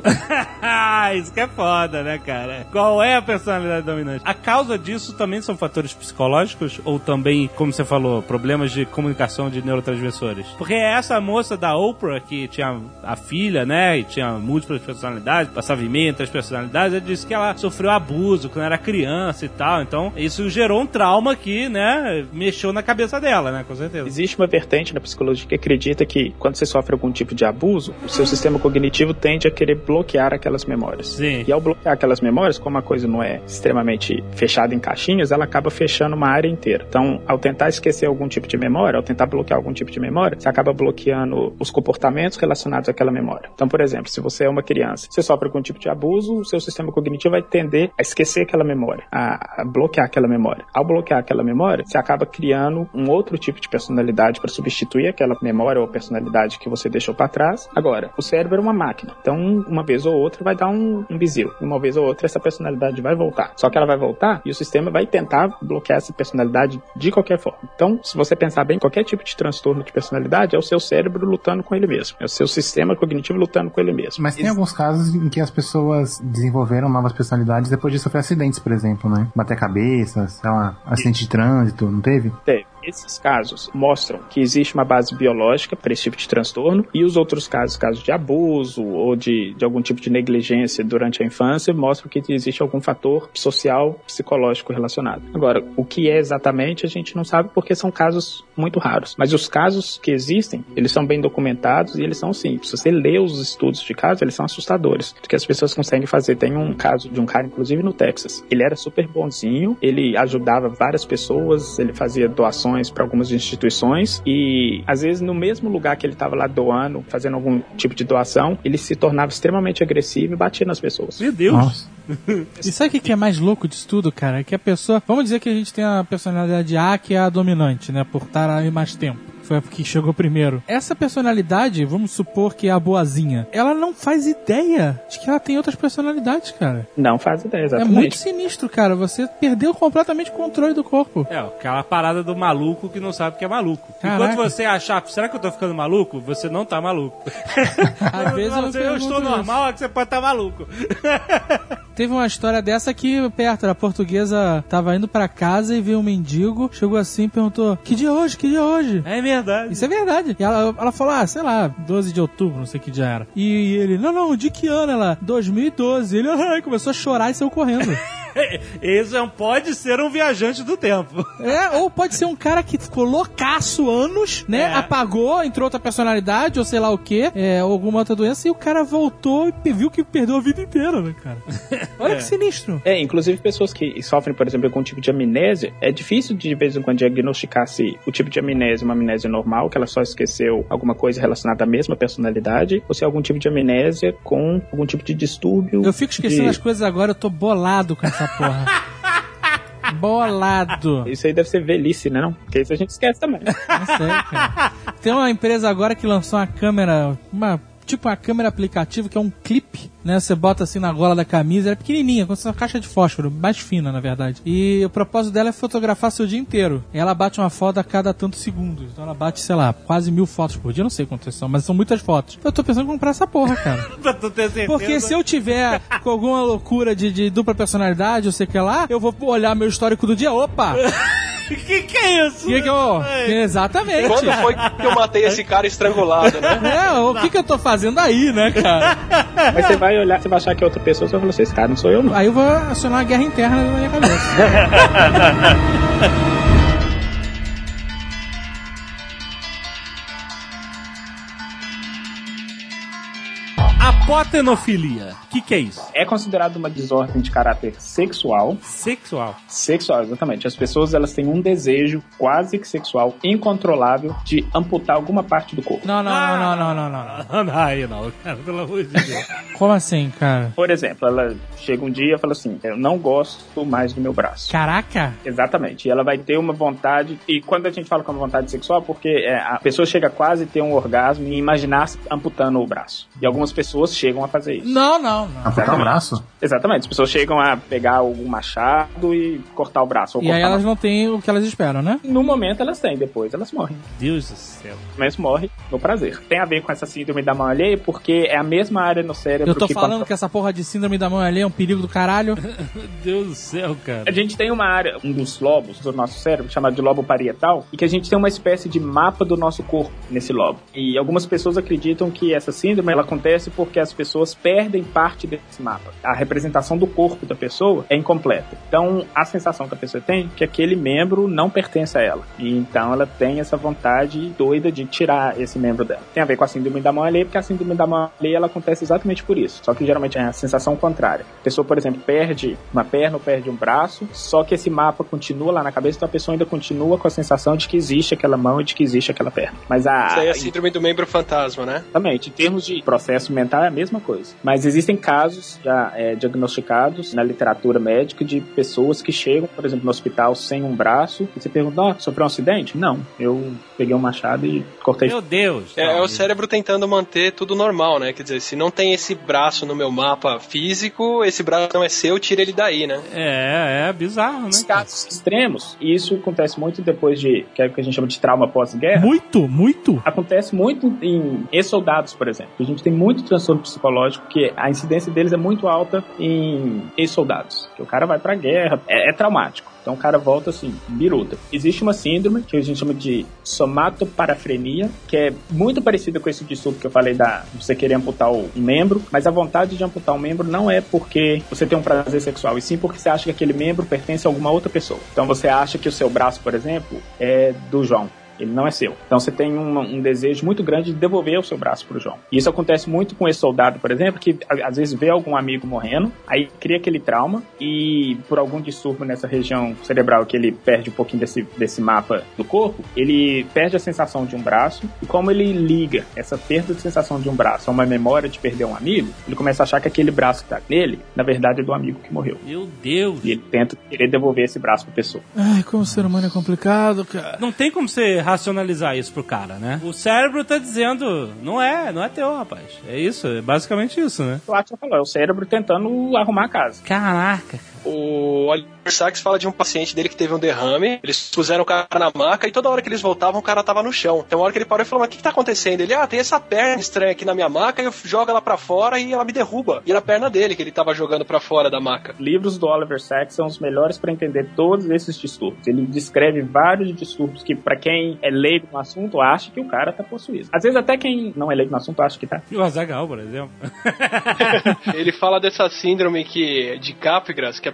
Isso que é foda, né, cara? Qual é a personalidade dominante? A causa disso também são fatores psicológicos ou também, como você falou, problemas de comunicação de neurotransmissores? Porque essa moça da Oprah, que tinha a filha, né, e tinha múltiplas personalidades, passava e-mail entre as personalidades, ela disse que ela sofreu abuso quando era criança e tal, então isso gerou um trauma que, né, mexeu na cabeça dela, né, com certeza. Existe uma vertente na psicologia que acredita que quando você sofre algum tipo de abuso, o seu sistema cognitivo tende a querer bloquear aquelas memórias. Sim. E ao bloquear aquelas memórias, como a coisa não é extremamente fechada em caixinhas, ela acaba fechando uma área inteira. Então, ao tentar esquecer algum tipo de memória, ao tentar bloquear algum tipo de memória, você acaba bloqueando os comportamentos relacionados àquela memória. Então, por exemplo, se você é uma criança, você sofre algum tipo de abuso, o seu sistema cognitivo vai tender a esquecer aquela memória, a bloquear aquela memória. Ao bloquear aquela memória, você acaba criando um outro tipo de personalidade para substituir aquela memória ou personalidade que você deixou para trás. Agora, o cérebro é uma máquina. Então, uma vez ou outra vai dar um bizil. Uma vez ou outra essa personalidade vai voltar. Só que ela vai voltar e o sistema vai tentar bloquear essa personalidade de qualquer forma. Então, se você pensar bem, qualquer tipo de transtorno de personalidade é o seu cérebro lutando com ele mesmo. É o seu sistema cognitivo lutando com ele mesmo. Mas tem alguns casos em que as pessoas desenvolveram novas personalidades depois de sofrer acidentes, por exemplo, né? Bater a cabeça, sei lá, acidente de trânsito, não teve? Teve. Esses casos mostram que existe uma base biológica para esse tipo de transtorno e os outros casos de abuso ou de algum tipo de negligência durante a infância, mostram que existe algum fator social, psicológico relacionado. Agora, o que é exatamente a gente não sabe porque são casos muito raros. Mas os casos que existem, eles são bem documentados e eles são simples. Se você lê os estudos de casos, eles são assustadores. Do que as pessoas conseguem fazer. Tem um caso de um cara, inclusive no Texas. Ele era super bonzinho, ele ajudava várias pessoas, ele fazia doações para algumas instituições e às vezes no mesmo lugar que ele estava lá doando, fazendo algum tipo de doação, ele se tornava extremamente agressivo e batia nas pessoas. Meu Deus! Nossa. E sabe o que é mais louco disso tudo, cara? É que a pessoa... Vamos dizer que a gente tem a personalidade A, que é a dominante, né? Por estar aí mais tempo. Foi a que chegou primeiro. Essa personalidade, vamos supor que é a boazinha, ela não faz ideia de que ela tem outras personalidades, cara. Não faz ideia, exatamente. É muito sinistro, cara. Você perdeu completamente o controle do corpo. É, aquela parada do maluco que não sabe que é maluco. Caraca. Enquanto você achar, será que eu tô ficando maluco? Você não tá maluco. Às vezes eu estou normal, é que você pode estar maluco. Teve uma história dessa aqui perto, a portuguesa tava indo pra casa e viu um mendigo, chegou assim e perguntou, que dia é hoje? Que dia é hoje? É verdade. Isso é verdade. E ela falou, sei lá, 12 de outubro, não sei que dia era. E ele, não, de que ano? Ela, 2012. Ele começou a chorar e saiu correndo. Esse pode ser um viajante do tempo. Ou pode ser um cara que ficou loucaço anos, né? Apagou, entrou outra personalidade, ou sei lá o quê, ou alguma outra doença, e o cara voltou e viu que perdeu a vida inteira, né, cara? Olha que sinistro. Inclusive pessoas que sofrem, por exemplo, algum tipo de amnésia, é difícil de vez em quando diagnosticar se o tipo de amnésia é uma amnésia normal, que ela só esqueceu alguma coisa relacionada à mesma personalidade, ou se é algum tipo de amnésia com algum tipo de distúrbio. Eu fico esquecendo as coisas agora, eu tô bolado com essa porra. Bolado. Isso aí deve ser velhice, né? Não? Porque isso a gente esquece também. Não sei, cara. Tem uma empresa agora que lançou uma câmera, tipo uma câmera aplicativo que é um clipe, né? Você bota assim na gola da camisa, é pequenininha, com essa caixa de fósforo, mais fina, na verdade. E o propósito dela é fotografar seu dia inteiro. Ela bate uma foto a cada tantos segundos. Então ela bate, sei lá, quase 1000 fotos por dia, não sei quantas são, mas são muitas fotos. Eu tô pensando em comprar essa porra, cara. Pra tu ter certeza. Porque se eu tiver com alguma loucura de dupla personalidade, ou sei que lá, eu vou olhar meu histórico do dia, opa! Que é isso? Exatamente. Quando foi que eu matei esse cara estrangulado, né? O que eu tô fazendo aí, né, cara? Mas você vai olhar, você vai achar que é outra pessoa, você vai falar assim, esse cara não sou eu, não. Aí eu vou acionar uma guerra interna na minha cabeça. Apotenofilia. O que é isso? É considerado uma desordem de caráter sexual. Sexual? Sexual, exatamente. As pessoas, elas têm um desejo quase que sexual, incontrolável, de amputar alguma parte do corpo. Não. Aí não, cara, pelo amor de Deus. Como assim, cara? Por exemplo, ela chega um dia e fala assim, eu não gosto mais do meu braço. Caraca! Exatamente. E ela vai ter uma vontade, e quando a gente fala com uma vontade sexual, porque a pessoa chega quase a ter um orgasmo e imaginar amputando o braço. E algumas pessoas chegam a fazer isso. Não. Amputar o braço? Exatamente. As pessoas chegam a pegar algum machado e cortar o braço. E aí elas não têm o que elas esperam, né? No momento elas têm, depois elas morrem. Deus do céu. Mas morre no prazer. Tem a ver com essa síndrome da mão alheia, porque é a mesma área no cérebro Eu tô que... falando que essa porra de síndrome da mão alheia é um perigo do caralho. Meu Deus do céu, cara. A gente tem uma área, um dos lobos do nosso cérebro, chamado de lobo parietal, e que a gente tem uma espécie de mapa do nosso corpo nesse lobo. E algumas pessoas acreditam que essa síndrome ela acontece porque as pessoas perdem parte desse mapa. A representação do corpo da pessoa é incompleta. Então, a sensação que a pessoa tem é que aquele membro não pertence a ela. E então ela tem essa vontade doida de tirar esse membro dela. Tem a ver com a síndrome da mão alheia, porque a síndrome da mão alheia ela acontece exatamente por isso. Só que geralmente é a sensação contrária. A pessoa, por exemplo, perde uma perna ou perde um braço, só que esse mapa continua lá na cabeça, então a pessoa ainda continua com a sensação de que existe aquela mão e de que existe aquela perna. Mas isso aí é a síndrome do membro fantasma, né? Exatamente. Em termos de processo mental é a mesma coisa. Mas existem casos já diagnosticados na literatura médica de pessoas que chegam, por exemplo, no hospital sem um braço e você pergunta, sofreu um acidente? Não. Eu peguei um machado e cortei. Meu Deus. É o cérebro tentando manter tudo normal, né? Quer dizer, se não tem esse braço no meu mapa físico, esse braço não é seu, tira ele daí, né? É bizarro, né? Em casos extremos, e isso acontece muito depois de, que é o que a gente chama de trauma pós-guerra. Muito? Acontece muito em ex-soldados, por exemplo. A gente tem muito transtorno psicológico, que a incidência deles é muito alta em ex-soldados. Que o cara vai pra guerra, é traumático. Então o cara volta assim, biruta. Existe uma síndrome que a gente chama de somatoparafrenia, que é muito parecida com esse distúrbio que eu falei de você querer amputar um membro, mas a vontade de amputar um membro não é porque você tem um prazer sexual, e sim porque você acha que aquele membro pertence a alguma outra pessoa. Então você acha que o seu braço, por exemplo, é do João. Ele não é seu. Então você tem um desejo muito grande de devolver o seu braço pro João. E isso acontece muito com esse soldado, por exemplo, que às vezes vê algum amigo morrendo, aí cria aquele trauma e por algum distúrbio nessa região cerebral que ele perde um pouquinho desse mapa do corpo, ele perde a sensação de um braço, e como ele liga essa perda de sensação de um braço a uma memória de perder um amigo, ele começa a achar que aquele braço que tá nele, na verdade é do amigo que morreu. Meu Deus. E ele tenta querer devolver esse braço pra pessoa. Ai, como o ser humano é complicado, cara. Não tem como você racionalizar isso pro cara, né? O cérebro tá dizendo, não é teu, rapaz. É isso, é basicamente isso, né? O Atila falou, é o cérebro tentando arrumar a casa. Caraca. O Oliver Sacks fala de um paciente dele que teve um derrame, eles puseram o cara na maca e toda hora que eles voltavam o cara tava no chão. Então uma hora que ele parou e falou, mas o que tá acontecendo? Ele, tem essa perna estranha aqui na minha maca e eu jogo ela pra fora e ela me derruba. E era a perna dele que ele tava jogando pra fora da maca. Livros do Oliver Sacks são os melhores pra entender todos esses distúrbios. Ele descreve vários distúrbios que pra quem é leigo no assunto acha que o cara tá possuído. Às vezes até quem não é leigo no assunto acha que tá. E o Azaghal, por exemplo. Ele fala dessa síndrome de Capgras, que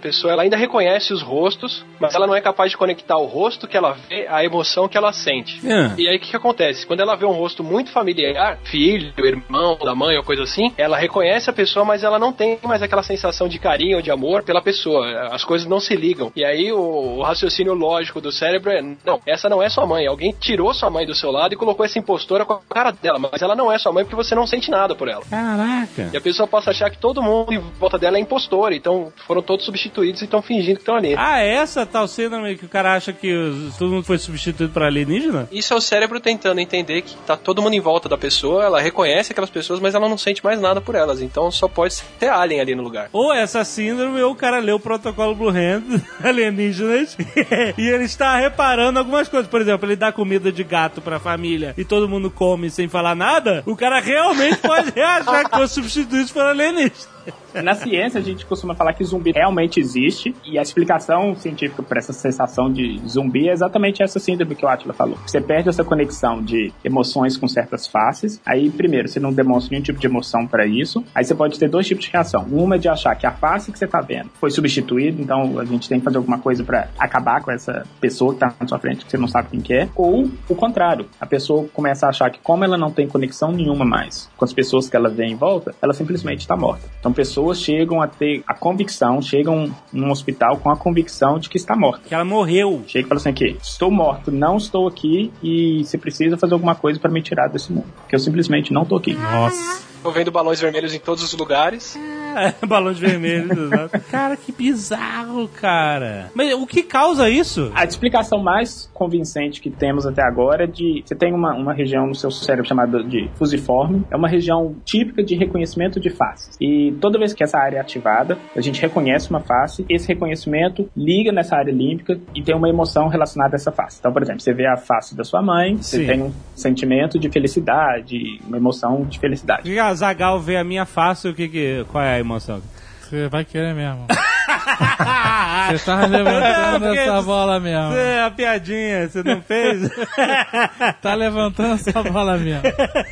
pessoa ela ainda reconhece os rostos, mas ela não é capaz de conectar o rosto que ela vê à emoção que ela sente. E aí o que acontece? Quando ela vê um rosto muito familiar, filho, irmão, da mãe ou coisa assim, ela reconhece a pessoa, mas ela não tem mais aquela sensação de carinho ou de amor pela pessoa. As coisas não se ligam. E aí o raciocínio lógico do cérebro é, não, essa não é sua mãe. Alguém tirou sua mãe do seu lado e colocou essa impostora com a cara dela, mas ela não é sua mãe porque você não sente nada por ela. Caraca! E a pessoa passa a achar que todo mundo em volta dela é impostor, então foram todos substituídos e estão fingindo que estão ali. Essa tal síndrome que o cara acha que todo mundo foi substituído por alienígena? Isso é o cérebro tentando entender que tá todo mundo em volta da pessoa, ela reconhece aquelas pessoas, mas ela não sente mais nada por elas, então só pode ter alien ali no lugar. Ou essa síndrome, ou o cara leu o protocolo Blue Hand alienígenas e ele está reparando algumas coisas. Por exemplo, ele dá comida de gato pra família e todo mundo come sem falar nada, o cara realmente pode achar que foi substituído por alienígenas. Na ciência, a gente costuma falar que zumbi realmente existe, e a explicação científica para essa sensação de zumbi é exatamente essa síndrome que o Átila falou. Você perde essa conexão de emoções com certas faces, aí, primeiro, você não demonstra nenhum tipo de emoção para isso, aí você pode ter dois tipos de reação. Uma é de achar que a face que você tá vendo foi substituída, então a gente tem que fazer alguma coisa para acabar com essa pessoa que tá na sua frente, que você não sabe quem que é, ou o contrário, a pessoa começa a achar que como ela não tem conexão nenhuma mais com as pessoas que ela vê em volta, ela simplesmente está morta. Então, pessoas chegam a ter a convicção, chegam num hospital com a convicção de que está morta. Que ela morreu. Chega e fala assim aqui, estou morto, não estou aqui e você precisa fazer alguma coisa para me tirar desse mundo. Porque eu simplesmente não estou aqui. Nossa. Tô vendo balões vermelhos em todos os lugares. Balões vermelhos. Cara, que bizarro, cara. Mas o que causa isso? A explicação mais convincente que temos até agora é de... Você tem uma região no seu cérebro chamada de fusiforme. É uma região típica de reconhecimento de faces. E toda vez que essa área é ativada, a gente reconhece uma face. Esse reconhecimento liga nessa área límbica e tem uma emoção relacionada a essa face. Então, por exemplo, você vê a face da sua mãe, você tem um sentimento de felicidade, uma emoção de felicidade. Se a Zagal vê a minha face, qual é a emoção? Você vai querer mesmo. Você tá levantando essa bola mesmo. A piadinha, você não fez? Tá levantando essa bola mesmo.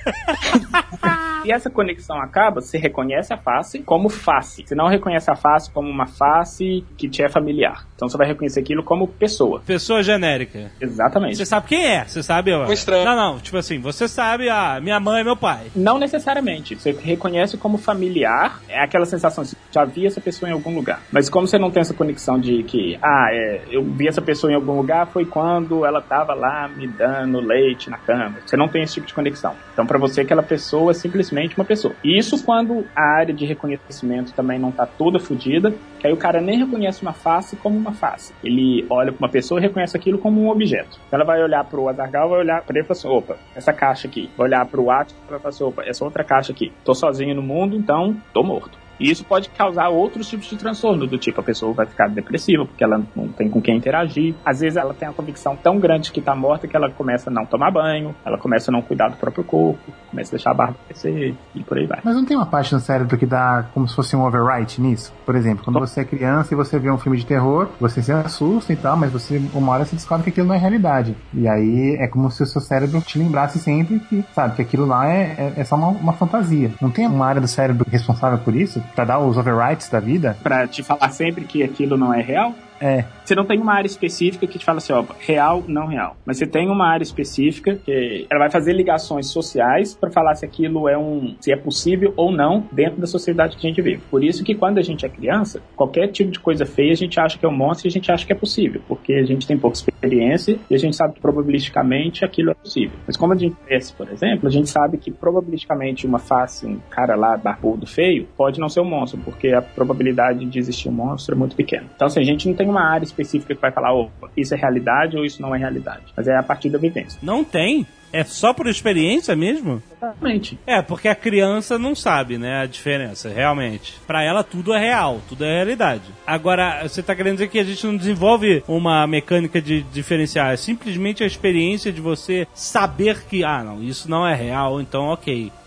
E essa conexão acaba, você reconhece a face como face. Você não reconhece a face como uma face que te é familiar. Então você vai reconhecer aquilo como pessoa. Pessoa genérica. Exatamente. Você sabe quem é, você sabe... Um estranho. Não, tipo assim, você sabe, minha mãe e meu pai. Não necessariamente. Você reconhece como familiar, é aquela sensação de já vi essa pessoa em algum lugar. Mas como você não tem essa conexão de que, eu vi essa pessoa em algum lugar, foi quando ela tava lá me dando leite na cama. Você não tem esse tipo de conexão. Então pra você aquela pessoa é simplesmente uma pessoa. E isso quando a área de reconhecimento também não tá toda fodida, que aí o cara nem reconhece uma face como uma face. Ele olha pra uma pessoa e reconhece aquilo como um objeto. Ela vai olhar pro Azaghal, vai olhar pra ele e falar assim, opa, essa caixa aqui. Vai olhar pro Átila e vai falar assim, opa, essa outra caixa aqui. Tô sozinho no mundo, então tô morto. E isso pode causar outros tipos de transtorno, do tipo, a pessoa vai ficar depressiva, porque ela não tem com quem interagir. Às vezes ela tem a convicção tão grande que tá morta que ela começa a não tomar banho, ela começa a não cuidar do próprio corpo, começa a deixar a barba crescer e por aí vai. Mas não tem uma parte no cérebro que dá como se fosse um overwrite nisso? Por exemplo, quando você é criança e você vê um filme de terror, você se assusta e tal, mas você, uma hora você descobre que aquilo não é realidade. E aí é como se o seu cérebro te lembrasse sempre que, sabe, que aquilo lá é só uma fantasia. Não tem uma área do cérebro responsável por isso? Pra dar os overwrites da vida? Pra te falar sempre que aquilo não é real? É. Você não tem uma área específica que te fala assim, ó, real, não real. Mas você tem uma área específica que ela vai fazer ligações sociais para falar se aquilo se é possível ou não dentro da sociedade que a gente vive. Por isso que quando a gente é criança, qualquer tipo de coisa feia a gente acha que é um monstro e a gente acha que é possível, porque a gente tem pouca experiência e a gente sabe que probabilisticamente aquilo é possível. Mas como a gente cresce, por exemplo, a gente sabe que probabilisticamente uma face, um cara lá barbudo feio, pode não ser um monstro, porque a probabilidade de existir um monstro é muito pequena. Então, assim, a gente não tem uma área específica que vai falar, opa, isso é realidade ou isso não é realidade. Mas é a partir da vivência. Não tem? É só por experiência mesmo? Exatamente. É, porque a criança não sabe, né, a diferença, realmente. Pra ela tudo é real, tudo é realidade. Agora, você tá querendo dizer que a gente não desenvolve uma mecânica de diferenciar, é simplesmente a experiência de você saber que, não, isso não é real, então ok.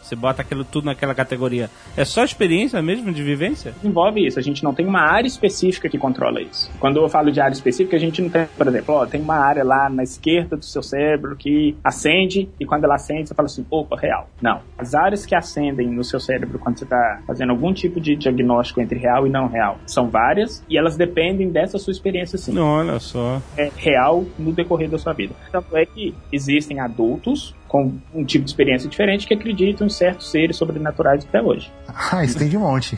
Você bota aquilo tudo naquela categoria. É só experiência mesmo de vivência? Envolve isso. A gente não tem uma área específica que controla isso. Quando eu falo de área específica, a gente não tem, por exemplo, tem uma área lá na esquerda do seu cérebro que acende e quando ela acende você fala assim, opa, real. Não. As áreas que acendem no seu cérebro quando você está fazendo algum tipo de diagnóstico entre real e não real são várias e elas dependem dessa sua experiência sim. Olha só. É real no decorrer da sua vida. Tanto é que existem adultos com um tipo de experiência diferente que acreditam em certos seres sobrenaturais até hoje. Ah, isso tem de monte.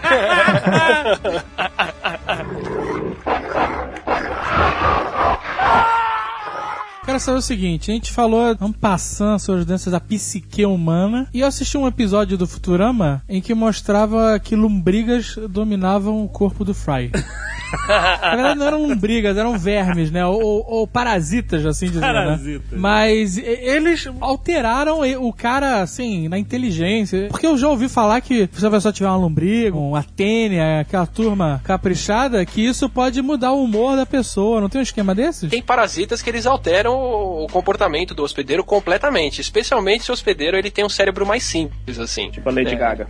Quero saber o seguinte, a gente falou, vamos passando sobre as doenças da psique humana, e eu assisti um episódio do Futurama em que mostrava que lombrigas dominavam o corpo do Fry. Na verdade não eram lombrigas, eram vermes, né? Ou parasitas, assim dizer, Parasitas. né? Mas eles alteraram o cara, assim, na inteligência. Porque eu já ouvi falar que se a pessoa tiver uma lombriga, uma tênia, aquela turma caprichada, que isso pode mudar o humor da pessoa. Não tem um esquema desses? Tem parasitas que eles alteram o comportamento do hospedeiro completamente. Especialmente se o hospedeiro ele tem um cérebro mais simples, assim. Tipo a Lady Gaga.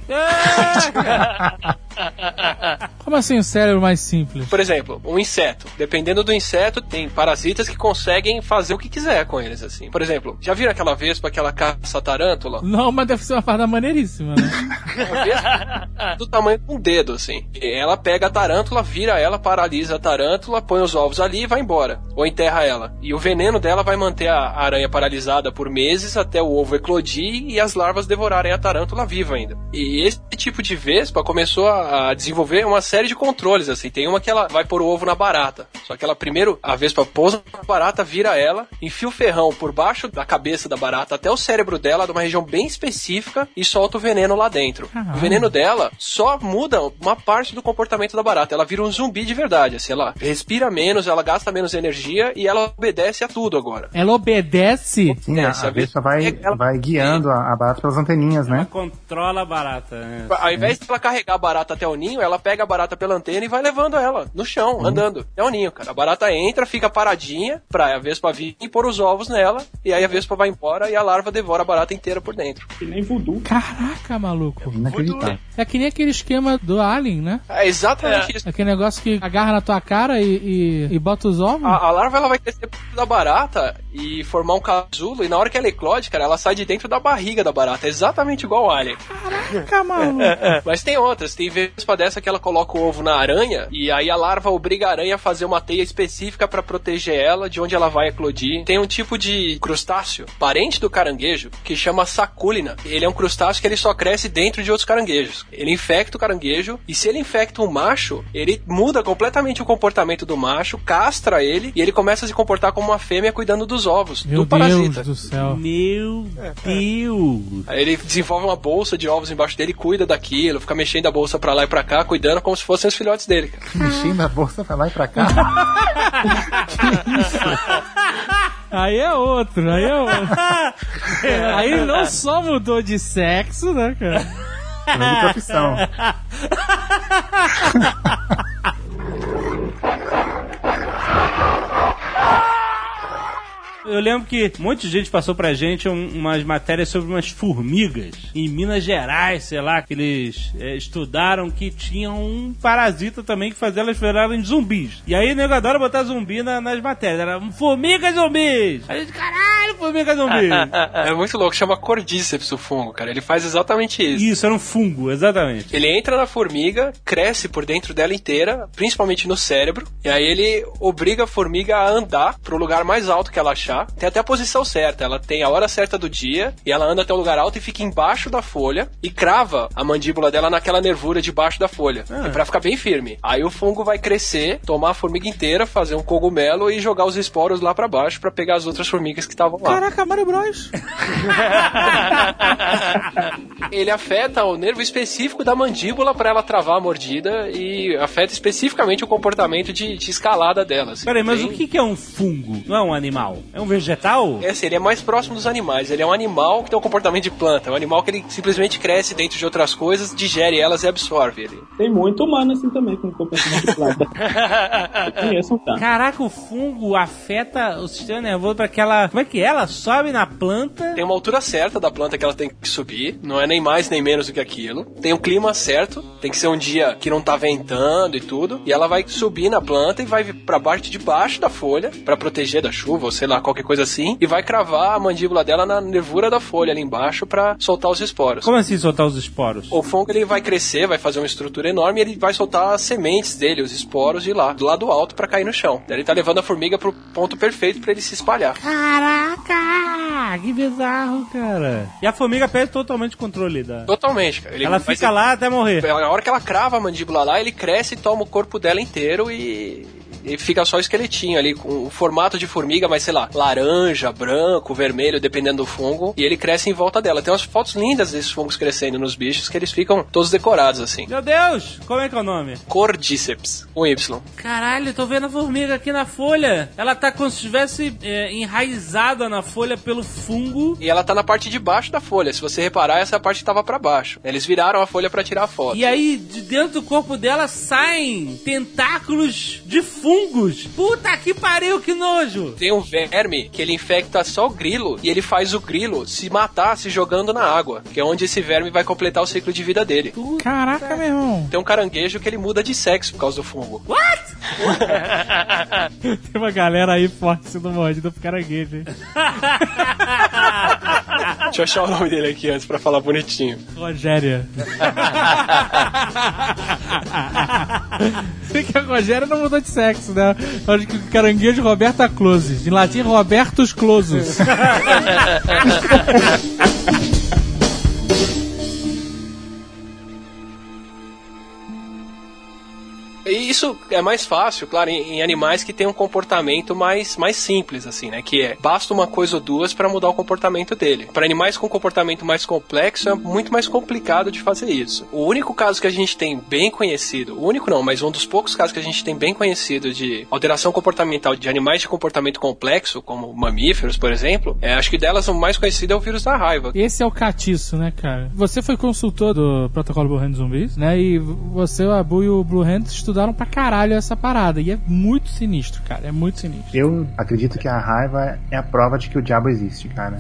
Como assim o cérebro mais simples? Por exemplo, um inseto. Dependendo do inseto, tem parasitas que conseguem fazer o que quiser com eles, assim. Por exemplo, já viram aquela vespa, aquela caça-tarântula? Não, mas deve ser uma parada maneiríssima, né? Uma vespa do tamanho de um dedo, assim. E ela pega a tarântula, vira ela, paralisa a tarântula, põe os ovos ali e vai embora. Ou enterra ela. E o veneno dela vai manter a aranha paralisada por meses até o ovo eclodir e as larvas devorarem a tarântula viva ainda. E esse tipo de vespa começou a desenvolver uma série de controles, assim. Tem uma que ela vai pôr o ovo na barata. Só que ela primeiro, a vespa pousa na barata, vira ela, enfia o ferrão por baixo da cabeça da barata até o cérebro dela, de uma região bem específica, e solta o veneno lá dentro. O veneno dela só muda uma parte do comportamento da barata. Ela vira um zumbi de verdade, assim, ela respira menos, ela gasta menos energia e ela obedece a tudo agora. Ela obedece? Sim, a vespa vai guiando a barata pelas anteninhas, Ela né? controla a barata. Né? Ao invés de ela carregar a barata até o ninho, ela pega a barata pela antena e vai levando ela no chão, andando. É o ninho, cara. A barata entra, fica paradinha pra a vespa vir e pôr os ovos nela, e aí a vespa vai embora e a larva devora a barata inteira por dentro. Que nem voodoo. Caraca, maluco. Inacreditável. É que nem aquele esquema do Alien, né? É exatamente isso. Aquele negócio que agarra na tua cara e bota os ovos. A larva ela vai crescer por dentro da barata e formar um casulo, e na hora que ela eclode, cara, ela sai de dentro da barriga da barata. É exatamente igual ao Alien. Caraca, maluco. Mas tem outras, tem vespa dessa que ela coloca o ovo na aranha e aí a larva obriga a aranha a fazer uma teia específica pra proteger ela de onde ela vai eclodir. Tem um tipo de crustáceo, parente do caranguejo, que chama sacúlina. Ele é um crustáceo que ele só cresce dentro de outros caranguejos. Ele infecta o caranguejo e se ele infecta um macho, ele muda completamente o comportamento do macho, castra ele e ele começa a se comportar como uma fêmea cuidando dos ovos Meu do parasita. Deus do céu. Meu Deus! Aí ele desenvolve uma bolsa de ovos embaixo dele, cuida daquilo, fica mexendo a bolsa pra lá e pra cá, cuidando como se fossem os filhotes dele, cara. Mexendo a bolsa pra lá e pra cá. Aí é outro. Aí não só mudou de sexo, né, cara? Mudou de profissão. Eu lembro que muita gente passou pra gente umas matérias sobre umas formigas em Minas Gerais, sei lá, que eles estudaram que tinham um parasita também que fazia elas virarem zumbis. E aí o nego adora botar zumbi nas matérias. Era formigas zumbis. A gente, caralho, formiga zumbi. É muito louco, chama Cordyceps o fungo, cara. Ele faz exatamente isso. Isso, era um fungo, exatamente. Ele entra na formiga, cresce por dentro dela inteira, principalmente no cérebro, e aí ele obriga a formiga a andar pro lugar mais alto que ela achar. Tem até a posição certa, ela tem a hora certa do dia, e ela anda até o lugar alto e fica embaixo da folha, e crava a mandíbula dela naquela nervura debaixo da folha, pra ficar bem firme. Aí o fungo vai crescer, tomar a formiga inteira, fazer um cogumelo e jogar os esporos lá pra baixo pra pegar as outras formigas que estavam lá. Caraca, Mario Bros. Ele afeta o nervo específico da mandíbula pra ela travar a mordida e afeta especificamente o comportamento de escalada delas. Peraí, mas o que é um fungo? Não é um animal? É um um vegetal? É assim, ele é mais próximo dos animais. Ele é um animal que tem um comportamento de planta. É um animal que ele simplesmente cresce dentro de outras coisas, digere elas e absorve ele. Tem muito humano assim também, com comportamento de planta. Eu conheço um tanto. Caraca, o fungo afeta o sistema nervoso pra que ela... Como é que é? Ela sobe na planta... Tem uma altura certa da planta que ela tem que subir. Não é nem mais nem menos do que aquilo. Tem um clima certo. Tem que ser um dia que não tá ventando e tudo. E ela vai subir na planta e vai pra parte de baixo da folha pra proteger da chuva, ou sei lá, qualquer coisa assim. E vai cravar a mandíbula dela na nervura da folha ali embaixo pra soltar os esporos. Como assim soltar os esporos? O fungo ele vai crescer, vai fazer uma estrutura enorme e ele vai soltar as sementes dele, os esporos de lá, do lado alto pra cair no chão. Daí ele tá levando a formiga pro ponto perfeito pra ele se espalhar. Caraca! Que bizarro, cara. E a formiga perde totalmente o controle da... Totalmente, cara. Ela fica lá até morrer. Na hora que ela crava a mandíbula lá, ele cresce e toma o corpo dela inteiro e fica só o esqueletinho ali, com o formato de formiga, mas sei lá, laranja, branco, vermelho, dependendo do fungo, e ele cresce em volta dela. Tem umas fotos lindas desses fungos crescendo nos bichos, que eles ficam todos decorados assim. Meu Deus! Como é que é o nome? Cordyceps, com Y. Caralho, tô vendo a formiga aqui na folha. Ela tá como se estivesse enraizada na folha pelo fungo. E ela tá na parte de baixo da folha. Se você reparar, essa parte tava pra baixo. Eles viraram a folha pra tirar a foto. E aí, de dentro do corpo dela saem tentáculos de fungos. Puta que pariu, que nojo! Tem um verme que ele infecta só o grilo e ele faz o grilo se matar se jogando na água, que é onde esse verme vai completar o ciclo de vida dele. Caraca, meu irmão. Tem um caranguejo que ele muda de sexo por causa do fungo. What? Tem uma galera aí forte sendo mordida pro caranguejo, hein? Deixa eu achar o nome dele aqui antes pra falar bonitinho. Rogéria. Sei que a Rogéria não mudou de sexo, né? Acho que o caranguejo Roberta Closes. Em latim, Robertus Closus. E isso é mais fácil, claro, em animais que têm um comportamento mais simples, assim, né? Que é, basta uma coisa ou duas para mudar o comportamento dele. Para animais com comportamento mais complexo, é muito mais complicado de fazer isso. O único caso que a gente tem bem conhecido, o único não, mas um dos poucos casos que a gente tem bem conhecido de alteração comportamental de animais de comportamento complexo, como mamíferos, por exemplo, acho que delas o mais conhecido é o vírus da raiva. Esse é o catiço, né, cara? Você foi consultor do protocolo Blue Hand Zumbis, né? E você, o Abu e o Blue Hand estudaram pra caralho essa parada. E é muito sinistro, cara. É muito sinistro. Eu acredito que a raiva é a prova de que o diabo existe, cara.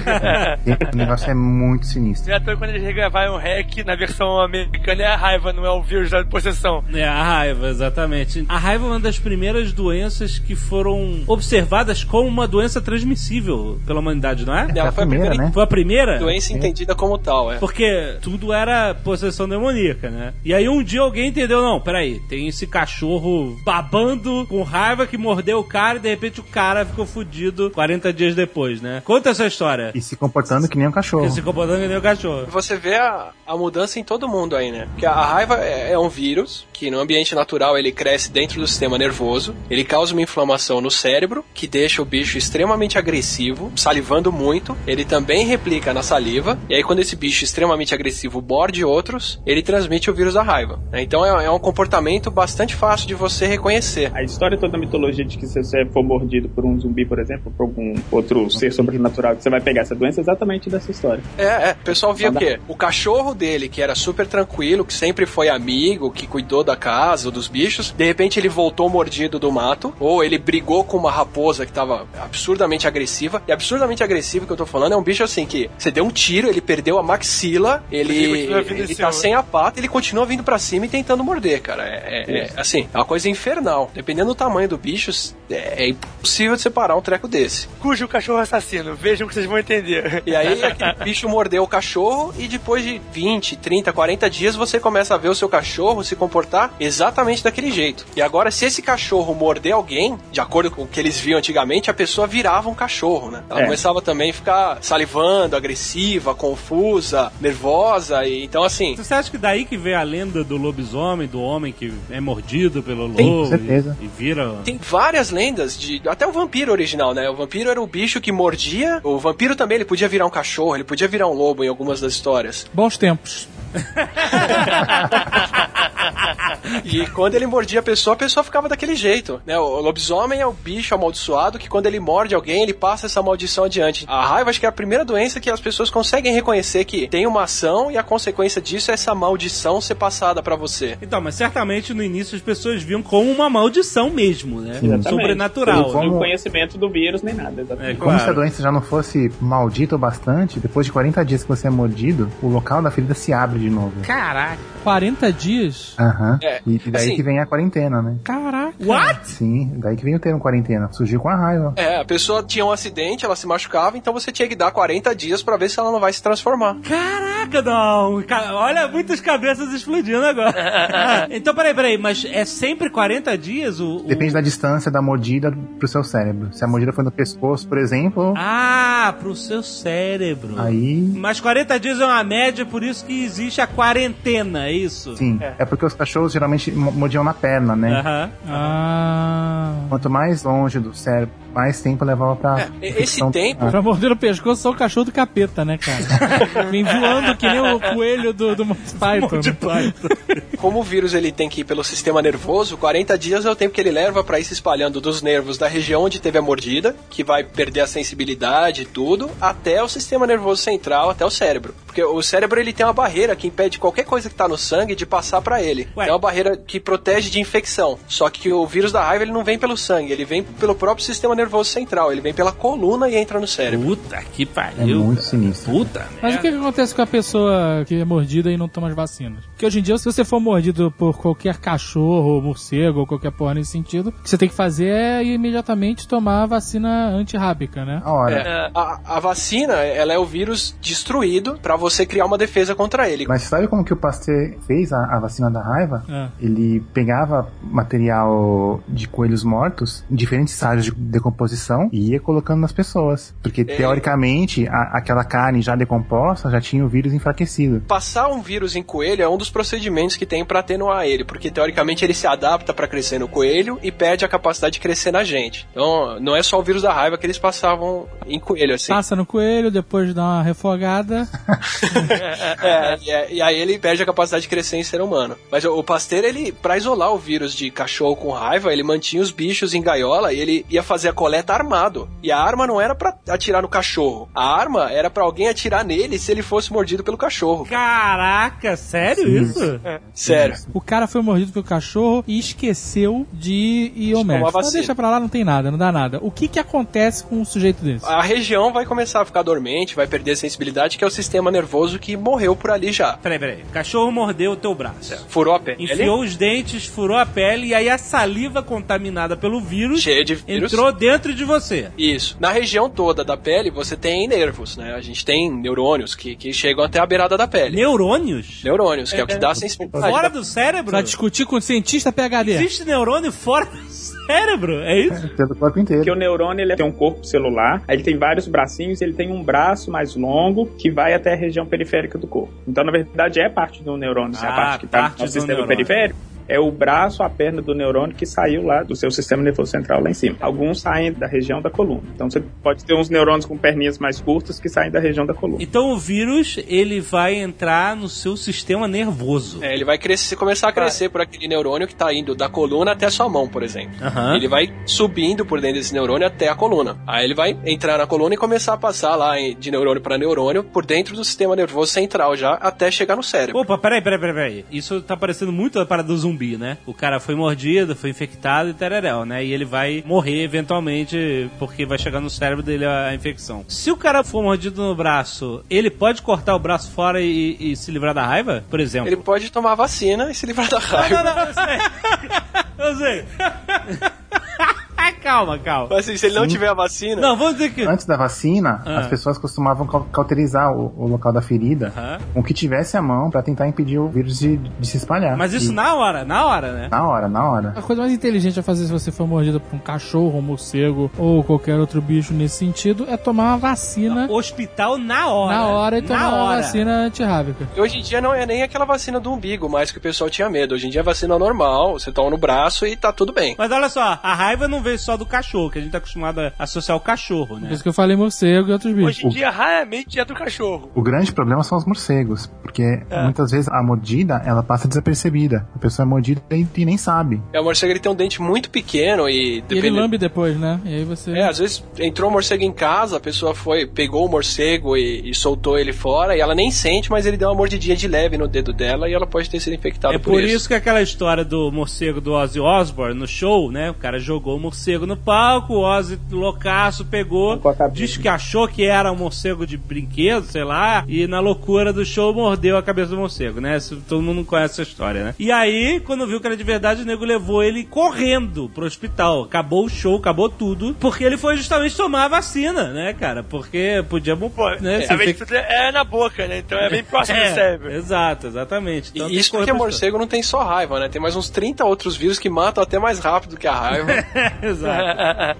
O negócio é muito sinistro. Já tô quando eles regravaram o REC na versão americana, é a raiva, não é o vírus da possessão. É a raiva, exatamente. A raiva é uma das primeiras doenças que foram observadas como uma doença transmissível pela humanidade, não é? Ela foi a primeira, né? Foi a primeira? Doença entendida como tal, Porque tudo era possessão demoníaca, né? E aí um dia alguém entendeu, não, peraí, tem esse cachorro babando com raiva que mordeu o cara e de repente o cara ficou fudido 40 dias depois, né? Conta essa história. E se comportando que nem um cachorro. Se comportando que nem um cachorro. Você vê a mudança em todo mundo aí, né? Porque a raiva é um vírus que no ambiente natural ele cresce dentro do sistema nervoso, ele causa uma inflamação no cérebro, que deixa o bicho extremamente agressivo, salivando muito, ele também replica na saliva, e aí quando esse bicho extremamente agressivo morde outros, ele transmite o vírus da raiva, né? Então é um comportamento bastante fácil de você reconhecer. A história toda da mitologia de que se você for mordido por um zumbi, por exemplo, por algum outro ser sobrenatural, que você vai pegar essa doença, é exatamente dessa história. O pessoal via o quê? O cachorro dele, que era super tranquilo, que sempre foi amigo, que cuidou da casa, dos bichos, de repente ele voltou mordido do mato, ou ele brigou com uma raposa que tava absurdamente agressiva, e absurdamente agressivo que eu tô falando é um bicho assim, que você deu um tiro, ele perdeu a maxila, ele tá sem a pata, ele continua vindo pra cima e tentando morder, cara. Assim, é uma coisa infernal. Dependendo do tamanho do bicho, é impossível de separar um treco desse. Cujo cachorro assassino, vejam que vocês vão entender. E aí aquele bicho mordeu o cachorro e depois de 20, 30, 40 dias você começa a ver o seu cachorro se comportar exatamente daquele jeito. E agora, se esse cachorro morder alguém, de acordo com o que eles viam antigamente, a pessoa virava um cachorro, né? Ela começava também a ficar salivando, agressiva, confusa, nervosa, e então assim... Você acha que daí que veio a lenda do lobisomem, do homem que é mordido pelo lobo? Com certeza. E vira... Tem várias lendas, até o vampiro original, né? O vampiro era o bicho que mordia, o vampiro também, ele podia virar um cachorro, ele podia virar um lobo em algumas das histórias. Bons tempos. E quando ele mordia a pessoa ficava daquele jeito, né? O lobisomem é o bicho amaldiçoado que quando ele morde alguém, ele passa essa maldição adiante. A raiva acho que é a primeira doença que as pessoas conseguem reconhecer que tem uma ação e a consequência disso é essa maldição ser passada pra você. Então, mas certamente no início as pessoas viam como uma maldição mesmo, né? Exatamente. Sobrenatural. Não conhecimento do vírus nem nada, exatamente. Como se a doença já não fosse maldita o bastante, depois de 40 dias que você é mordido, o local da ferida se abre de novo. Caraca. 40 dias? Aham. É, E daí assim, que vem a quarentena, né? Caraca. What? Sim, daí que vem o termo quarentena. Surgiu com a raiva. a pessoa tinha um acidente, ela se machucava, então você tinha que dar 40 dias pra ver se ela não vai se transformar. Caraca, não. Olha, muitas cabeças explodindo agora. Então, peraí, mas é sempre 40 dias Depende da distância da mordida pro seu cérebro. Se a mordida foi no pescoço, por exemplo... Ah, pro seu cérebro. Aí... Mas 40 dias é uma média, por isso que existe a quarentena, é isso? Sim, é porque os cachorros geralmente mordiam na perna, né? Aham. Quanto mais longe do cérebro, mais tempo levava pra... Esse tempo... Pra morder no pescoço, só o cachorro do capeta, né, cara? Vem voando que nem o coelho do Monty Python. Como o vírus ele tem que ir pelo sistema nervoso, 40 dias é o tempo que ele leva pra ir se espalhando dos nervos da região onde teve a mordida, que vai perder a sensibilidade e tudo, até o sistema nervoso central, até o cérebro. Porque o cérebro ele tem uma barreira que impede qualquer coisa que tá no sangue de passar pra ele. Ué. É uma barreira que protege de infecção. Só que o vírus da raiva ele não vem pelo sangue, ele vem pelo próprio sistema nervoso central, ele vem pela coluna e entra no cérebro. Puta que É pariu. muito sinistro. Puta Mas o que acontece com a pessoa que é mordida e não toma as vacinas? Porque hoje em dia, se você for mordido por qualquer cachorro, morcego ou qualquer porra nesse sentido, o que você tem que fazer é imediatamente tomar a vacina antirrábica, né? A hora. A vacina, ela é o vírus destruído pra você criar uma defesa contra ele. Mas sabe como que o Pasteur fez a vacina da raiva? Ele pegava material de coelhos mortos em diferentes estágios de decomposição e ia colocando nas pessoas. Porque, teoricamente, aquela carne já decomposta já tinha o vírus enfraquecido. Passar um vírus em coelho é um dos procedimentos que tem pra atenuar ele, porque teoricamente ele se adapta pra crescer no coelho e perde a capacidade de crescer na gente. Então, não é só o vírus da raiva que eles passavam em coelho, assim. Passa no coelho, depois dá uma refogada. E aí ele perde a capacidade de crescer em ser humano. Mas o Pasteur, ele, pra isolar o vírus de cachorro com raiva, ele mantinha os bichos em gaiola e ele ia fazer a coleta armado. E a arma não era pra atirar no cachorro. A arma era pra alguém atirar nele se ele fosse mordido pelo cachorro. Caraca, sério isso? Sério. O cara foi mordido pelo cachorro e esqueceu de ir ao médico. vacina. Deixa pra lá, não tem nada, não dá nada. O que acontece com um sujeito desse? A região vai começar a ficar dormente, vai perder a sensibilidade, que é o sistema nervoso que morreu por ali já. Peraí. O cachorro mordeu o teu braço. Furou a pele. Enfiou os dentes, furou a pele e aí a saliva contaminada pelo vírus Cheia de vírus. entrou dentro de você. Isso. Na região toda da pele, você tem nervos, né? A gente tem neurônios que chegam até a beirada da pele. Neurônios? Neurônios, que é o que dá a sensibilidade. Fora do cérebro? Pra discutir com o cientista PhD. Existe neurônio fora do cérebro? É isso? Pelo corpo inteiro. Porque o neurônio ele tem um corpo celular, aí ele tem vários bracinhos, ele tem um braço mais longo que vai até a região periférica do corpo. Então, na verdade, é parte do neurônio. A parte que está no sistema neurônio. periférico é o braço, a perna do neurônio que saiu lá do seu sistema nervoso central lá em cima. Alguns saem da região da coluna. Então, você pode ter uns neurônios com perninhas mais curtas que saem da região da coluna. Então o vírus, ele vai entrar no seu sistema nervoso. Ele vai começar a crescer por aquele neurônio que tá indo da coluna até a sua mão, por exemplo. Aham. Ele vai subindo por dentro desse neurônio até a coluna. Aí ele vai entrar na coluna e começar a passar lá de neurônio para neurônio por dentro do sistema nervoso central já, até chegar no cérebro. Opa, peraí. Isso tá parecendo muito a parada do zumbi, né? O cara foi mordido, foi infectado e tereréu, né? E ele vai morrer eventualmente porque vai chegar no cérebro dele a infecção. Se o cara for mordido no braço, ele pode cortar o braço fora e se livrar da raiva, por exemplo? Ele pode tomar vacina e se livrar da raiva. Não, eu sei. Calma. Mas assim, se ele não tiver a vacina... Não, vamos dizer que... Antes da vacina, as pessoas costumavam cauterizar o local da ferida com o que tivesse à mão pra tentar impedir o vírus de se espalhar. Mas isso na hora, né? Na hora. A coisa mais inteligente a fazer se você for mordido por um cachorro, um morcego ou qualquer outro bicho nesse sentido é tomar uma vacina Hospital na hora. na hora e tomar uma vacina antirrábica. E hoje em dia não é nem aquela vacina do umbigo mais que o pessoal tinha medo. Hoje em dia é vacina normal, você toma no braço e tá tudo bem. Mas olha só, a raiva não veio vem só do cachorro, que a gente tá acostumado a associar o cachorro, né? Por isso que eu falei morcego e outros bichos. Hoje em dia, raramente é do cachorro. O grande problema são os morcegos, porque muitas vezes a mordida, ela passa desapercebida. A pessoa é mordida e nem sabe. O morcego ele tem um dente muito pequeno e ele lambe depois, né? E aí você... às vezes entrou um morcego em casa, a pessoa pegou o morcego e soltou ele fora, e ela nem sente, mas ele deu uma mordidinha de leve no dedo dela e ela pode ter sido infectada por isso. É por isso que aquela história do morcego do Ozzy Osbourne no show, né? O cara jogou o morcego no palco, o Ozzy loucaço pegou, disse que achou que era um morcego de brinquedo, sei lá, e na loucura do show mordeu a cabeça do morcego, né? Todo mundo conhece essa história, né? E aí, quando viu que era de verdade, o nego levou ele correndo pro hospital. Acabou o show, acabou tudo, porque ele foi justamente tomar a vacina, né, cara? Porque podia... né, é na boca, né? Então é bem próximo do cérebro. Exato, exatamente. Então, e isso porque o morcego não tem só raiva, né? Tem mais uns 30 outros vírus que matam até mais rápido que a raiva. Exato.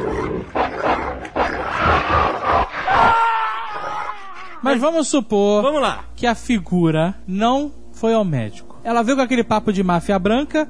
Mas vamos supor Vamos lá. que a figura não foi ao médico. Ela veio com aquele papo de máfia branca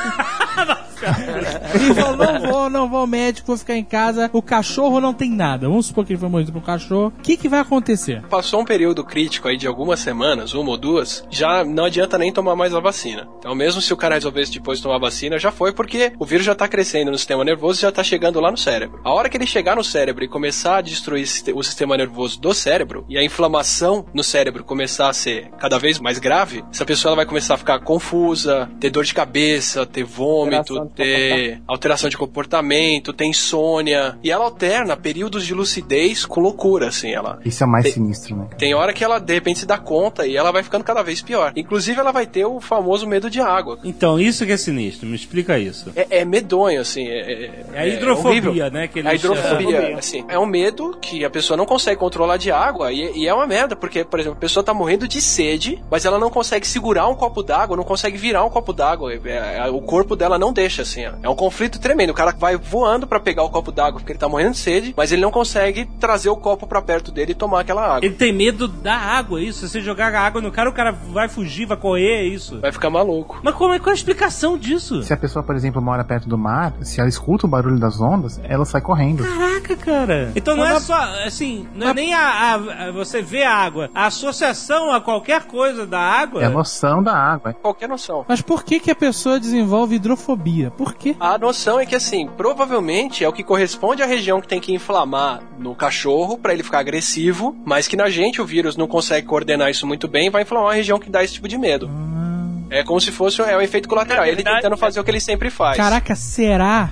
e falou, não vou ao médico, vou ficar em casa. O cachorro não tem nada. Vamos supor que ele foi mordido por um cachorro. O que vai acontecer? Passou um período crítico aí de algumas semanas, 1 ou 2, já não adianta nem tomar mais a vacina. Então mesmo se o cara resolvesse depois tomar a vacina, já foi, porque o vírus já tá crescendo no sistema nervoso e já tá chegando lá no cérebro. A hora que ele chegar no cérebro e começar a destruir o sistema nervoso do cérebro, e a inflamação no cérebro começar a ser cada vez mais grave, essa pessoa ela vai começar a ficar confusa, ter dor de cabeça, ter vômito, ter alteração de comportamento, ter insônia, e ela alterna períodos de lucidez com loucura, assim, ela... Isso é mais sinistro, né? Tem hora que ela, de repente, se dá conta e ela vai ficando cada vez pior. Inclusive, ela vai ter o famoso medo de água. Então, isso que é sinistro, me explica isso. É medonho, assim, é a hidrofobia, né? Que a hidrofobia, assim, é um medo que a pessoa não consegue controlar de água e é uma merda, porque, por exemplo, a pessoa tá morrendo de sede, mas ela não consegue segurar um copo d'água, não consegue virar um copo d'água, o corpo dela não deixa, assim, ó. É um conflito tremendo, o cara vai voando pra pegar o copo d'água porque ele tá morrendo de sede, mas ele não consegue trazer o copo pra perto dele e tomar aquela água. Ele tem medo da água, isso, se você jogar a água no cara, o cara vai fugir, vai correr, é isso. Vai ficar maluco. Mas qual é a explicação disso? Se a pessoa, por exemplo, mora perto do mar, se ela escuta o barulho das ondas, ela sai correndo. Caraca, cara. Então não é só, assim, não é nem você vê a água, a associação a qualquer coisa da água... É a noção da água. Qualquer noção. Mas por que a pessoa desenvolve hidrofobia? Por quê? A noção é que, assim, provavelmente é o que corresponde à região que tem que inflamar no cachorro pra ele ficar agressivo, mas que na gente o vírus não consegue coordenar isso muito bem e vai inflamar a região que dá esse tipo de medo. É como se fosse um efeito colateral. Ele tentando fazer o que ele sempre faz. Caraca, será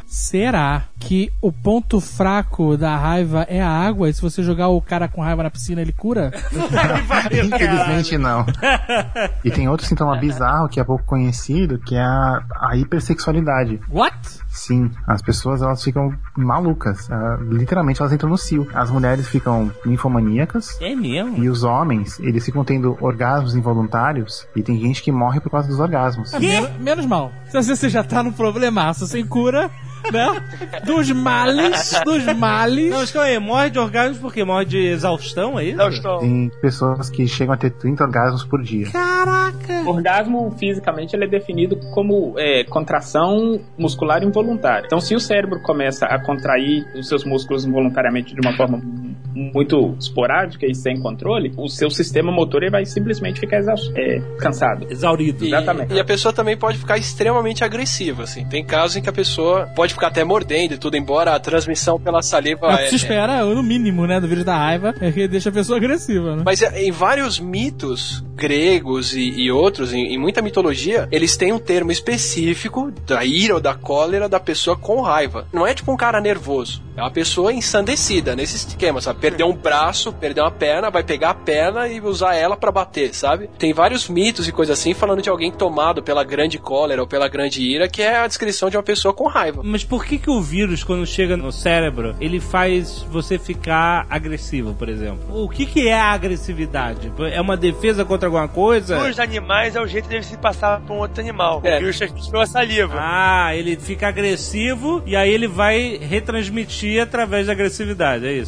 que o ponto fraco da raiva é a água? E se você jogar o cara com raiva na piscina, ele cura? Infelizmente não. E tem outro sintoma bizarro que é pouco conhecido, que é a hipersexualidade. What? Sim, as pessoas elas ficam malucas. Literalmente elas entram no cio. As mulheres ficam ninfomaníacas. É mesmo? E os homens, eles ficam tendo orgasmos involuntários. E tem gente que morre por causa dos orgasmos. Menos mal. Se você já tá no problemaço sem cura, né? Dos males. Não, mas calma aí, morre de orgasmos por quê? Morre de exaustão, é isso? Exaustão. Tem pessoas que chegam a ter 30 orgasmos por dia. Caraca! Orgasmo, fisicamente, ele é definido como contração muscular involuntária. Então, se o cérebro começa a contrair os seus músculos involuntariamente de uma forma muito esporádica e sem controle, o seu sistema motor ele vai simplesmente ficar cansado. Exaurido. Exatamente. E a pessoa também pode ficar extremamente agressiva, assim. Tem casos em que a pessoa pode ficar até mordendo e tudo, embora a transmissão pela saliva... É o que se espera, no mínimo, né, do vírus da raiva, é que deixa a pessoa agressiva, né? Mas em vários mitos gregos e outros, em muita mitologia, eles têm um termo específico da ira ou da cólera da pessoa com raiva. Não é tipo um cara nervoso, é uma pessoa ensandecida, nesse esquema, sabe? Perdeu um braço, perdeu uma perna, vai pegar a perna e usar ela pra bater, sabe? Tem vários mitos e coisas assim, falando de alguém tomado pela grande cólera ou pela grande ira, que é a descrição de uma pessoa com raiva. Mas por que o vírus, quando chega no cérebro, ele faz você ficar agressivo, por exemplo? O que é a agressividade? É uma defesa contra alguma coisa? Os animais é o jeito dele se passar pra um outro animal. O vírus transmitiu a saliva. Ah, ele fica agressivo e aí ele vai retransmitir através da agressividade, é isso? Nos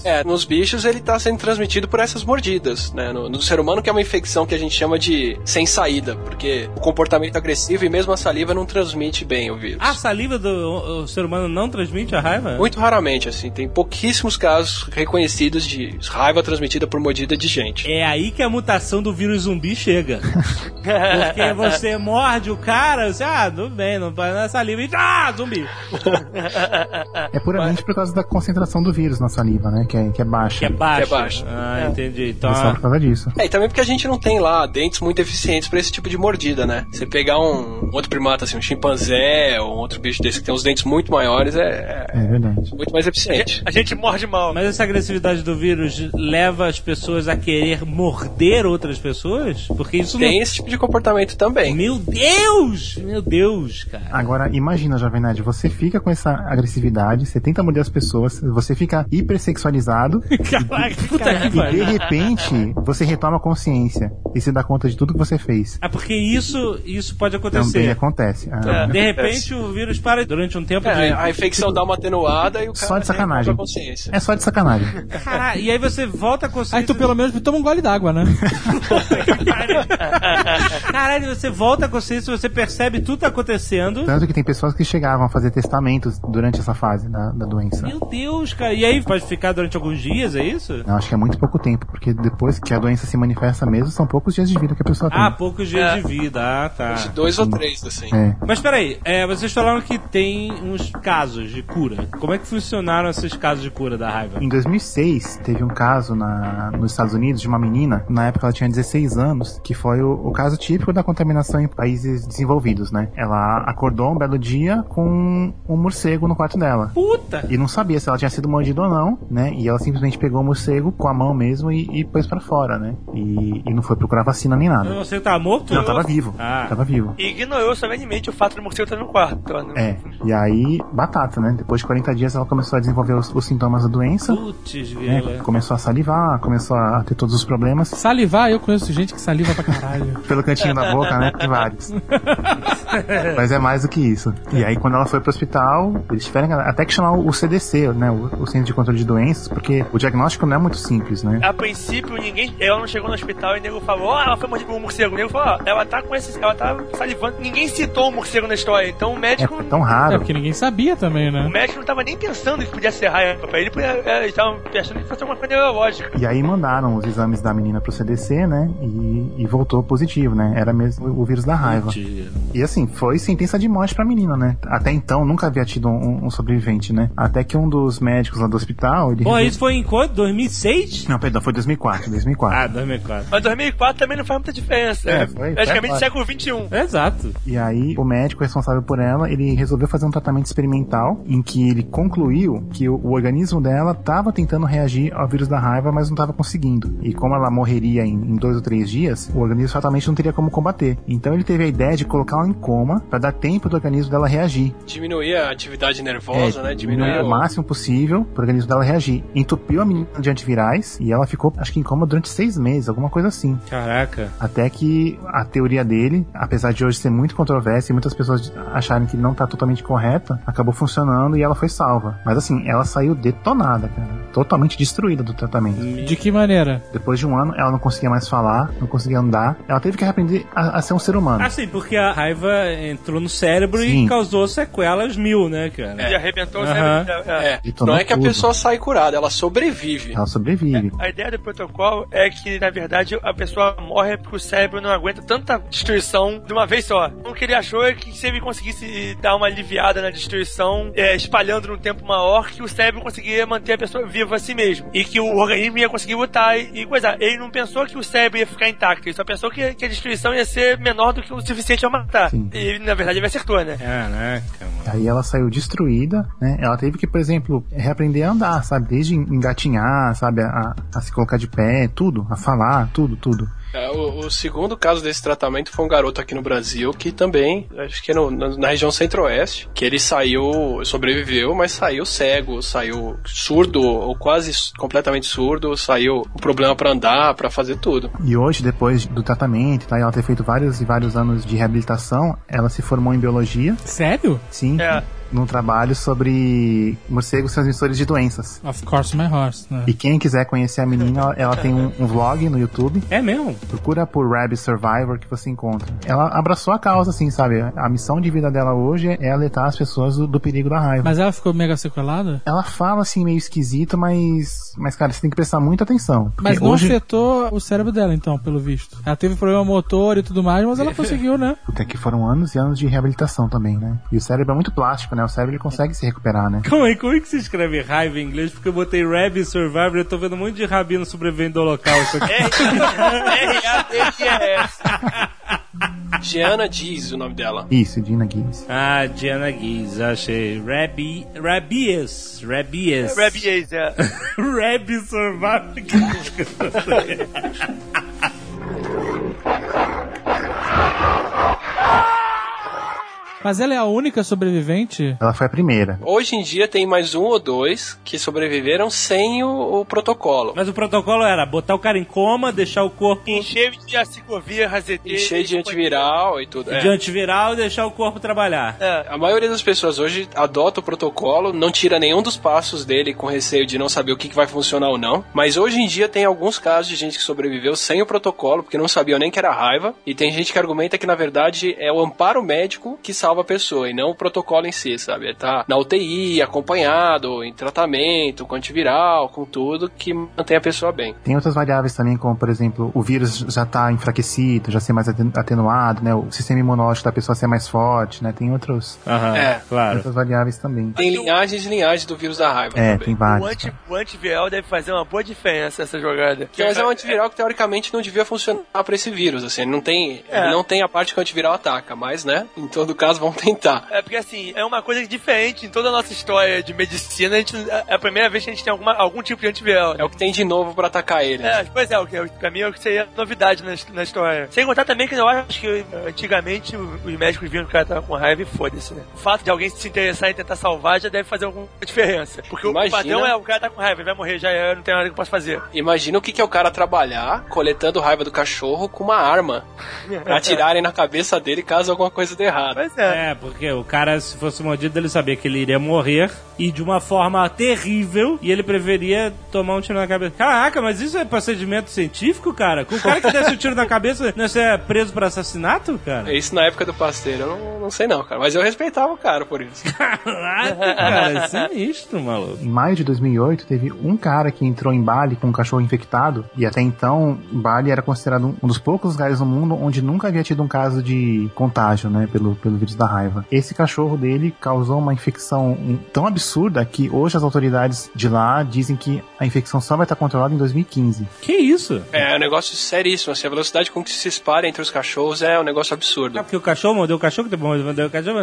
bichos, ele tá sendo transmitido por essas mordidas, né? No ser humano, que é uma infecção que a gente chama de sem saída, porque o comportamento agressivo e mesmo a saliva não transmite bem o vírus. A saliva do ser humano não transmite a raiva? Muito raramente, assim. Tem pouquíssimos casos reconhecidos de raiva transmitida por mordida de gente. É aí que a mutação do vírus zumbi chega. Porque você morde o cara, você, tudo bem, não vai na saliva e zumbi. É puramente por causa da concentração do vírus na saliva, né? Que é baixa. Que é baixa. Que é baixa. Entendi. Então, É só por causa disso. E também porque a gente não tem lá dentes muito eficientes pra esse tipo de mordida, né? Você pegar um outro primata, assim, um chimpanzé ou um outro bicho desse que tem uns dentes muito maiores, É verdade. muito mais eficiente. A gente morde mal. Mas essa agressividade do vírus leva as pessoas a querer morder outras pessoas? Porque isso Tem esse tipo de comportamento também. Meu Deus! Meu Deus, cara. Agora, imagina, Jovem Nerd, você fica com essa agressividade, você tenta morder as pessoas, você fica hipersexualizado Caraca, e de repente você retoma a consciência e se dá conta de tudo que você fez. É porque isso pode acontecer. Também acontece. De repente o vírus para durante um tempo A infecção dá uma atenuada e o cara Só de sacanagem. retoma a consciência. É só de sacanagem. Caralho, e aí você volta a consciência. Aí tu pelo menos toma um gole d'água, né? Caralho, você volta a consciência, você percebe tudo tá acontecendo. Tanto que tem pessoas que chegavam a fazer testamentos durante essa fase da doença. Meu Deus, cara. E aí pode ficar durante alguns dias, é isso? Eu acho que é muito pouco tempo, porque depois que a doença se manifesta mesmo, são poucos dias de vida que a pessoa tem. Poucos dias de vida. Tá. De 2 ou 3, assim. Mas peraí, vocês falaram que tem uns casos de cura. Como é que funcionaram esses casos de cura da raiva? Em 2006, teve um caso nos Estados Unidos de uma menina, na época ela tinha 16 anos, que foi o caso típico da contaminação em países desenvolvidos, né? Ela acordou um belo dia com um morcego no quarto dela. Puta! E não sabia se ela tinha sido mordida ou não, né? E ela simplesmente pegou o morcego com a mão mesmo e pôs pra fora, né? E não foi procurar vacina nem nada. Você tava morto? Não, tava vivo. Tava vivo. E ignorou solenemente o fato do morcego estar no quarto. E aí, batata, né? Depois de 40 dias ela começou a desenvolver os sintomas da doença. Putz, né? Começou a salivar, começou a ter todos os problemas. Salivar, eu conheço gente que saliva pra caralho. Pelo cantinho da boca, né? Tem vários. Mas é mais do que isso. E aí, quando ela foi pro hospital, eles tiveram até que chamar o CDC, né? O Centro de Controle de Doenças, porque o diagnóstico não é muito simples, né? A princípio, ela não chegou no hospital e o nego falou, ela foi mordida por um morcego. O nego falou, ela tá salivando. Ninguém citou o morcego na história, então o médico... É tão raro. É porque ninguém sabia também, né? O médico não tava nem pensando que podia ser raiva pra ele, eles estavam pensando que fosse alguma coisa neurológica. E aí mandaram os exames da menina pro CDC, né? E voltou positivo, né? Era mesmo o vírus da raiva. E assim, foi sentença de morte pra menina, né? Até então nunca havia tido um sobrevivente, né? Até que um dos médicos lá do hospital... isso foi em quando? 2006? Não, perdão, foi 2004. 2004. Mas 2004 também não faz muita diferença. Foi praticamente século XXI. Exato. E aí, o médico responsável por ela, ele resolveu fazer um tratamento experimental em que ele concluiu que o organismo dela estava tentando reagir ao vírus da raiva, mas não estava conseguindo. E como ela morreria em 2 ou 3 dias, o organismo fatalmente não teria como combater. Então ele teve a ideia de colocá-la em coma para dar tempo do organismo dela reagir. Diminuir a atividade nervosa, né? Diminuir o máximo possível para o organismo dela reagir. Entupiu a menina de antivirais e ela ficou, acho que em coma durante 6 meses, alguma coisa assim. Caraca. Até que a teoria dele, apesar de hoje ser muito controversa e muitas pessoas acharem que não tá totalmente correta, acabou funcionando e ela foi salva. Mas assim, ela saiu detonada, cara. Totalmente destruída do tratamento. De que maneira? Depois de um ano, ela não conseguia mais falar, não conseguia andar. Ela teve que reaprender a ser um ser humano. Sim, porque a raiva entrou no cérebro e causou sequelas 1000, né, cara? E arrebentou o cérebro. Não é que a pessoa sai curada, ela sobrevive. Ela sobrevive. A ideia do protocolo é que, na verdade, a pessoa morre porque o cérebro não aguenta tanta destruição de uma vez só. O que ele achou é que se ele conseguisse dar uma aliviada na destruição, espalhando num tempo maior, que o cérebro conseguia manter a pessoa viva a si mesmo. E que o organismo ia conseguir lutar e coisa. Ele não pensou que o cérebro ia ficar intacto, ele só pensou que a destruição ia ser menor do que o suficiente a matar. Sim. E ele, na verdade, ele acertou, né? Caraca, mano. Aí ela saiu destruída, né? Ela teve que, por exemplo, reaprender a andar, sabe? Desde engatinhar, sabe? A se colocar de pé, tudo. A falar, tudo. O segundo caso desse tratamento foi um garoto aqui no Brasil que também, acho que na região centro-oeste, que ele sobreviveu, mas saiu cego, saiu surdo ou quase completamente surdo, saiu com problema pra andar, pra fazer tudo. E hoje, depois do tratamento, tá, ela ter feito vários e vários anos de reabilitação, ela se formou em biologia. Sério? Sim. num trabalho sobre morcegos transmissores de doenças. Of course, my horse, né? E quem quiser conhecer a menina, ela tem um vlog no YouTube. É mesmo? Procura por Rabbit Survivor que você encontra. Ela abraçou a causa, assim, sabe? A missão de vida dela hoje é alertar as pessoas do perigo da raiva. Mas ela ficou mega sequelada? Ela fala, assim, meio esquisito, mas cara, você tem que prestar muita atenção. Mas não afetou o cérebro dela, então, pelo visto. Ela teve problema motor e tudo mais, mas ela conseguiu, né? Até que foram anos e anos de reabilitação também, né? E o cérebro é muito plástico, né? O cérebro ele consegue se recuperar, né? Como é que se escreve raiva em inglês? Porque eu botei Rabbit Survivor e eu tô vendo um monte de rabino sobrevivendo do holocausto aqui. R-A-B-I-E-S. Gianna Gies, o nome dela. Isso, Gianna Gies. Ah, Gianna Gies, achei. Rabies, é. Rabbit Survivor. Mas ela é a única sobrevivente? Ela foi a primeira. Hoje em dia tem mais um ou dois que sobreviveram sem o protocolo. Mas o protocolo era botar o cara em coma, deixar o corpo... Encher de aciclovir, razetê... Encher de antiviral e tudo. De antiviral e deixar o corpo trabalhar. A maioria das pessoas hoje adota o protocolo, não tira nenhum dos passos dele com receio de não saber o que vai funcionar ou não. Mas hoje em dia tem alguns casos de gente que sobreviveu sem o protocolo, porque não sabia nem que era raiva. E tem gente que argumenta que, na verdade, é o amparo médico que salva a pessoa, e não o protocolo em si, sabe? Ele tá na UTI, acompanhado, em tratamento, com antiviral, com tudo, que mantém a pessoa bem. Tem outras variáveis também, como, por exemplo, o vírus já tá enfraquecido, já ser mais atenuado, né? O sistema imunológico da pessoa ser mais forte, né? Tem outros... claro. Outras variáveis também. Tem linhagens e linhagens do vírus da raiva também. Tem vários. O antiviral deve fazer uma boa diferença essa jogada. Mas é um antiviral que, teoricamente, não devia funcionar pra esse vírus, assim. Ele não tem a parte que o antiviral ataca, mas, né? Em todo caso, vão tentar. É porque, assim, é uma coisa diferente. Em toda a nossa história de medicina, é a primeira vez que a gente tem algum tipo de antiviral. É o que tem de novo pra atacar ele. Pois é, pra mim é o que seria novidade na história. Sem contar também que eu acho que antigamente os médicos viam que o cara tava com raiva e foda-se, né? O fato de alguém se interessar em tentar salvar já deve fazer alguma diferença. Porque o padrão é o cara tá com raiva, ele vai morrer, já não tem nada que eu possa fazer. Imagina o que é o cara trabalhar coletando raiva do cachorro com uma arma. Atirarem na cabeça dele caso alguma coisa dê errado. Pois é. Porque o cara, se fosse mordido, ele sabia que ele iria morrer e de uma forma terrível, e ele preferia tomar um tiro na cabeça. Caraca, mas isso é procedimento científico, cara? Com o cara que desse um tiro na cabeça, não é preso por assassinato, cara? Isso na época do Pasteiro, eu não sei não, cara. Mas eu respeitava o cara por isso. Caraca, cara, é sinistro, maluco. Em maio de 2008, teve um cara que entrou em Bali com um cachorro infectado, e até então, Bali era considerado um dos poucos lugares no mundo onde nunca havia tido um caso de contágio, né, pelo vírus da raiva. Esse cachorro dele causou uma infecção tão absurda que hoje as autoridades de lá dizem que a infecção só vai estar controlada em 2015. Que isso? É um negócio seríssimo, assim, a velocidade com que se espalha entre os cachorros é um negócio absurdo. Porque o cachorro mordeu o cachorro, mordeu o cachorro,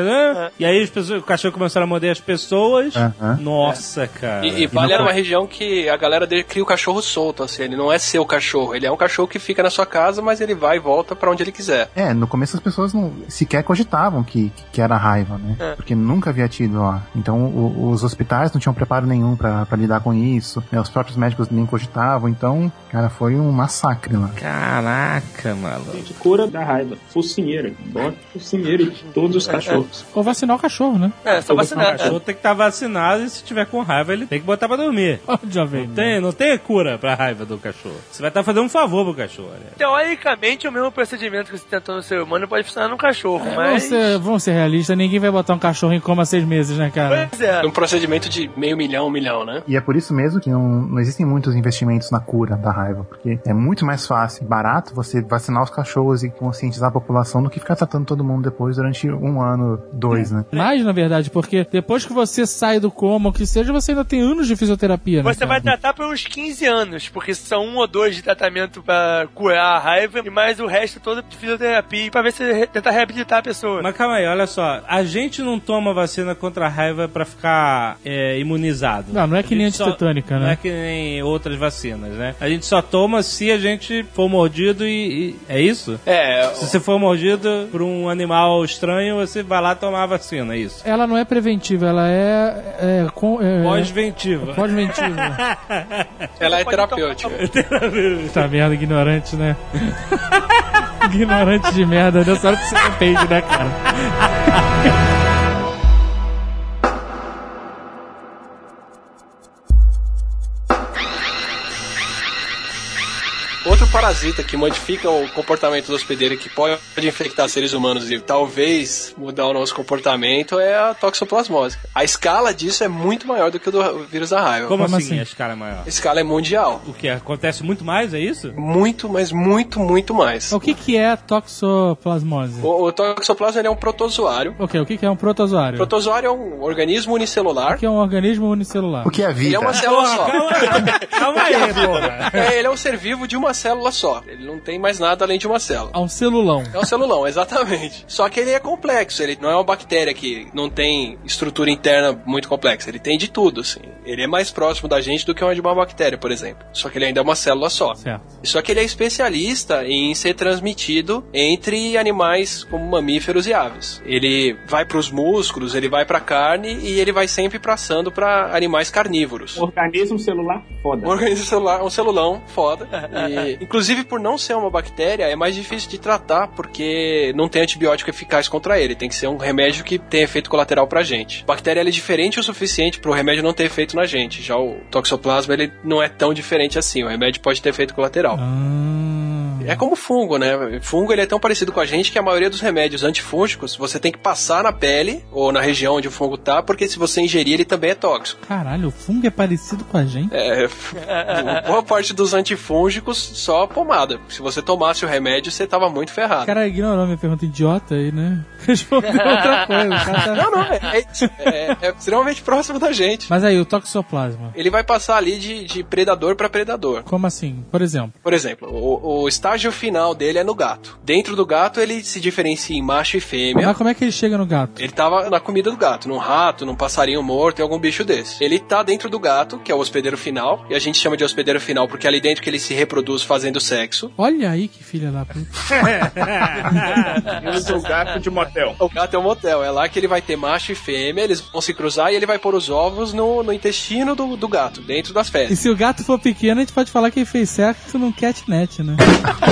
e aí o cachorro começaram a morder as pessoas. Nossa, cara. E Bali era uma região que a galera dele cria o cachorro solto, assim, ele não é seu cachorro, ele é um cachorro que fica na sua casa, mas ele vai e volta pra onde ele quiser. No começo as pessoas não sequer cogitavam que era raiva, né? Porque nunca havia tido lá. Então os hospitais não tinham preparo nenhum pra lidar com isso, né? Os próprios médicos nem cogitavam, então, cara, foi um massacre lá. Caraca, maluco. Gente, cura da raiva. Focinheira. Bota focinheira em todos os cachorros. Ou vacinar o cachorro, né? Só vacinar. O cachorro tem que estar vacinado e se tiver com raiva, ele tem que botar pra dormir. Não tem cura pra raiva do cachorro. Você vai estar fazendo um favor pro cachorro. Né? Teoricamente, o mesmo procedimento que você tentou no ser humano pode funcionar no cachorro, mas... Vamos ser realistas, ninguém vai botar um cachorro em coma 6 meses, né, cara? Pois é. Um procedimento de $500 mil, 1 milhão, né? E é por isso mesmo que não existem muitos investimentos na cura da raiva, porque é muito mais fácil e barato você vacinar os cachorros e conscientizar a população do que ficar tratando todo mundo depois durante 1 ano, 2, né? Mais, na verdade, porque depois que você sai do coma, o que seja, você ainda tem anos de fisioterapia, né? Você vai tratar por uns 15 anos, porque são 1 ou 2 de tratamento pra curar a raiva e mais o resto todo de fisioterapia pra ver se tentar reabilitar a pessoa. Mas calma aí, olha só, a gente não toma vacina contra a raiva pra ficar imunizado. Não é que nem antitetânica, né? Não é que nem outras vacinas, né? A gente só toma se a gente for mordido e é isso? Se você for mordido por um animal estranho, você vai lá tomar a vacina, é isso? Ela não é preventiva, ela é pós-ventiva. Pós-ventiva. Ela é terapêutica. Tá merda, ignorante, né? Ignorante de merda, nessa hora que você entende, né, cara? parasita que modifica o comportamento do hospedeiro, que pode infectar seres humanos e talvez mudar o nosso comportamento, é a toxoplasmose. A escala disso é muito maior do que o do vírus da raiva. Como assim a escala é maior? A escala é mundial. O que? Acontece muito mais, é isso? Muito, mas muito mais. O que é toxoplasmose? O toxoplasma ele é um protozoário. Ok, o que é um protozoário? Protozoário é um organismo unicelular. O que é um organismo unicelular? O que é a vida? Ele é uma célula só. Calma aí, porra. Ele é um ser vivo de uma célula só. Ele não tem mais nada além de uma célula. É um celulão. É um celulão, exatamente. Só que ele é complexo. Ele não é uma bactéria que não tem estrutura interna muito complexa. Ele tem de tudo, assim. Ele é mais próximo da gente do que uma bactéria, por exemplo. Só que ele ainda é uma célula só. Certo. Só que ele é especialista em ser transmitido entre animais como mamíferos e aves. Ele vai para os músculos, ele vai para a carne e ele vai sempre passando para animais carnívoros. Organismo celular foda. Um organismo celular, um celulão foda. E, inclusive, por não ser uma bactéria, é mais difícil de tratar porque não tem antibiótico eficaz contra ele. Tem que ser um remédio que tem efeito colateral pra gente. A bactéria ela é diferente o suficiente pro remédio não ter efeito na gente. Já o toxoplasma, ele não é tão diferente assim. O remédio pode ter efeito colateral. É como fungo, né? Fungo ele é tão parecido com a gente que a maioria dos remédios antifúngicos você tem que passar na pele ou na região onde o fungo tá, porque se você ingerir ele também é tóxico. Caralho, o fungo é parecido com a gente? Boa parte dos antifúngicos só pomada. Se você tomasse o remédio, você tava muito ferrado. O cara ignorou minha pergunta idiota aí, né? Respondeu outra coisa. O cara tá... Não, é extremamente próximo da gente. Mas aí, o toxoplasma? Ele vai passar ali de predador pra predador. Como assim? Por exemplo? Por exemplo, o estágio final dele é no gato. Dentro do gato, ele se diferencia em macho e fêmea. Mas como é que ele chega no gato? Ele tava na comida do gato, num rato, num passarinho morto, em algum bicho desse. Ele tá dentro do gato, que é o hospedeiro final, e a gente chama de hospedeiro final porque é ali dentro que ele se reproduz fazendo sexo. Olha aí que filha da puta. Usa o gato de motel. O gato é um motel, é lá que ele vai ter macho e fêmea, eles vão se cruzar e ele vai pôr os ovos no intestino do gato, dentro das E fezes. se o gato for pequeno, a gente pode falar que ele fez sexo num catnet, né?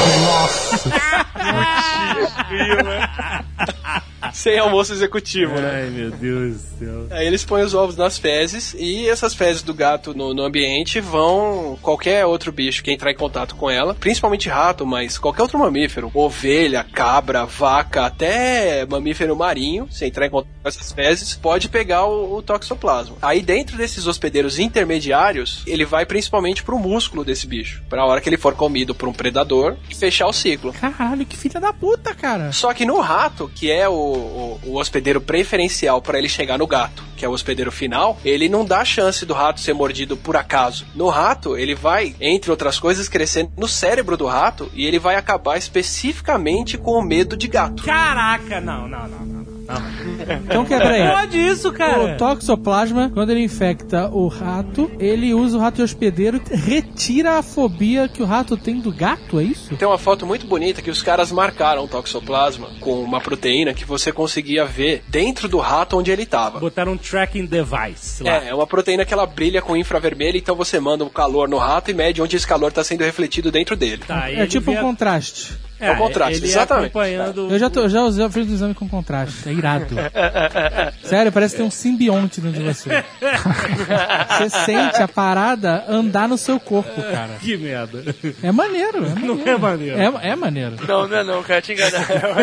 Sem almoço executivo, né? Ai, meu Deus do céu. Aí eles põem os ovos nas fezes e essas fezes do gato no ambiente vão... Qualquer outro bicho que entrar em contato com ela, principalmente rato, mas qualquer outro mamífero, ovelha, cabra, vaca, até mamífero marinho, se entrar em contato com essas fezes, pode pegar o toxoplasma. Aí dentro desses hospedeiros intermediários, ele vai principalmente pro músculo desse bicho, pra hora que ele for comido por um predador e fechar o ciclo. Caralho, que filha da puta, cara. Só que no rato, que é o hospedeiro preferencial para ele chegar no gato, que é o hospedeiro final, ele não dá chance do rato ser mordido por acaso. No rato, ele vai, entre outras coisas, crescer no cérebro do rato e ele vai acabar especificamente com o medo de gato. Caraca, não. Então quebra aí. Pode isso, cara. O toxoplasma, quando ele infecta o rato, ele usa o rato de hospedeiro e retira a fobia que o rato tem do gato, é isso? Tem uma foto muito bonita que os caras marcaram o toxoplasma com uma proteína que você conseguia ver dentro do rato onde ele estava. Botaram um tracking device lá. É uma proteína que ela brilha com infravermelho, então você manda o calor no rato e mede onde esse calor está sendo refletido dentro dele. Tá, É tipo um contraste. É um contraste, ele exatamente. Acompanhando... Eu já fiz um exame com contraste. É irado. Sério, parece que tem um simbionte dentro de você. Você sente a parada andar no seu corpo, cara. Que merda. É maneiro. Não é maneiro. É maneiro. Não, cara, te enganar.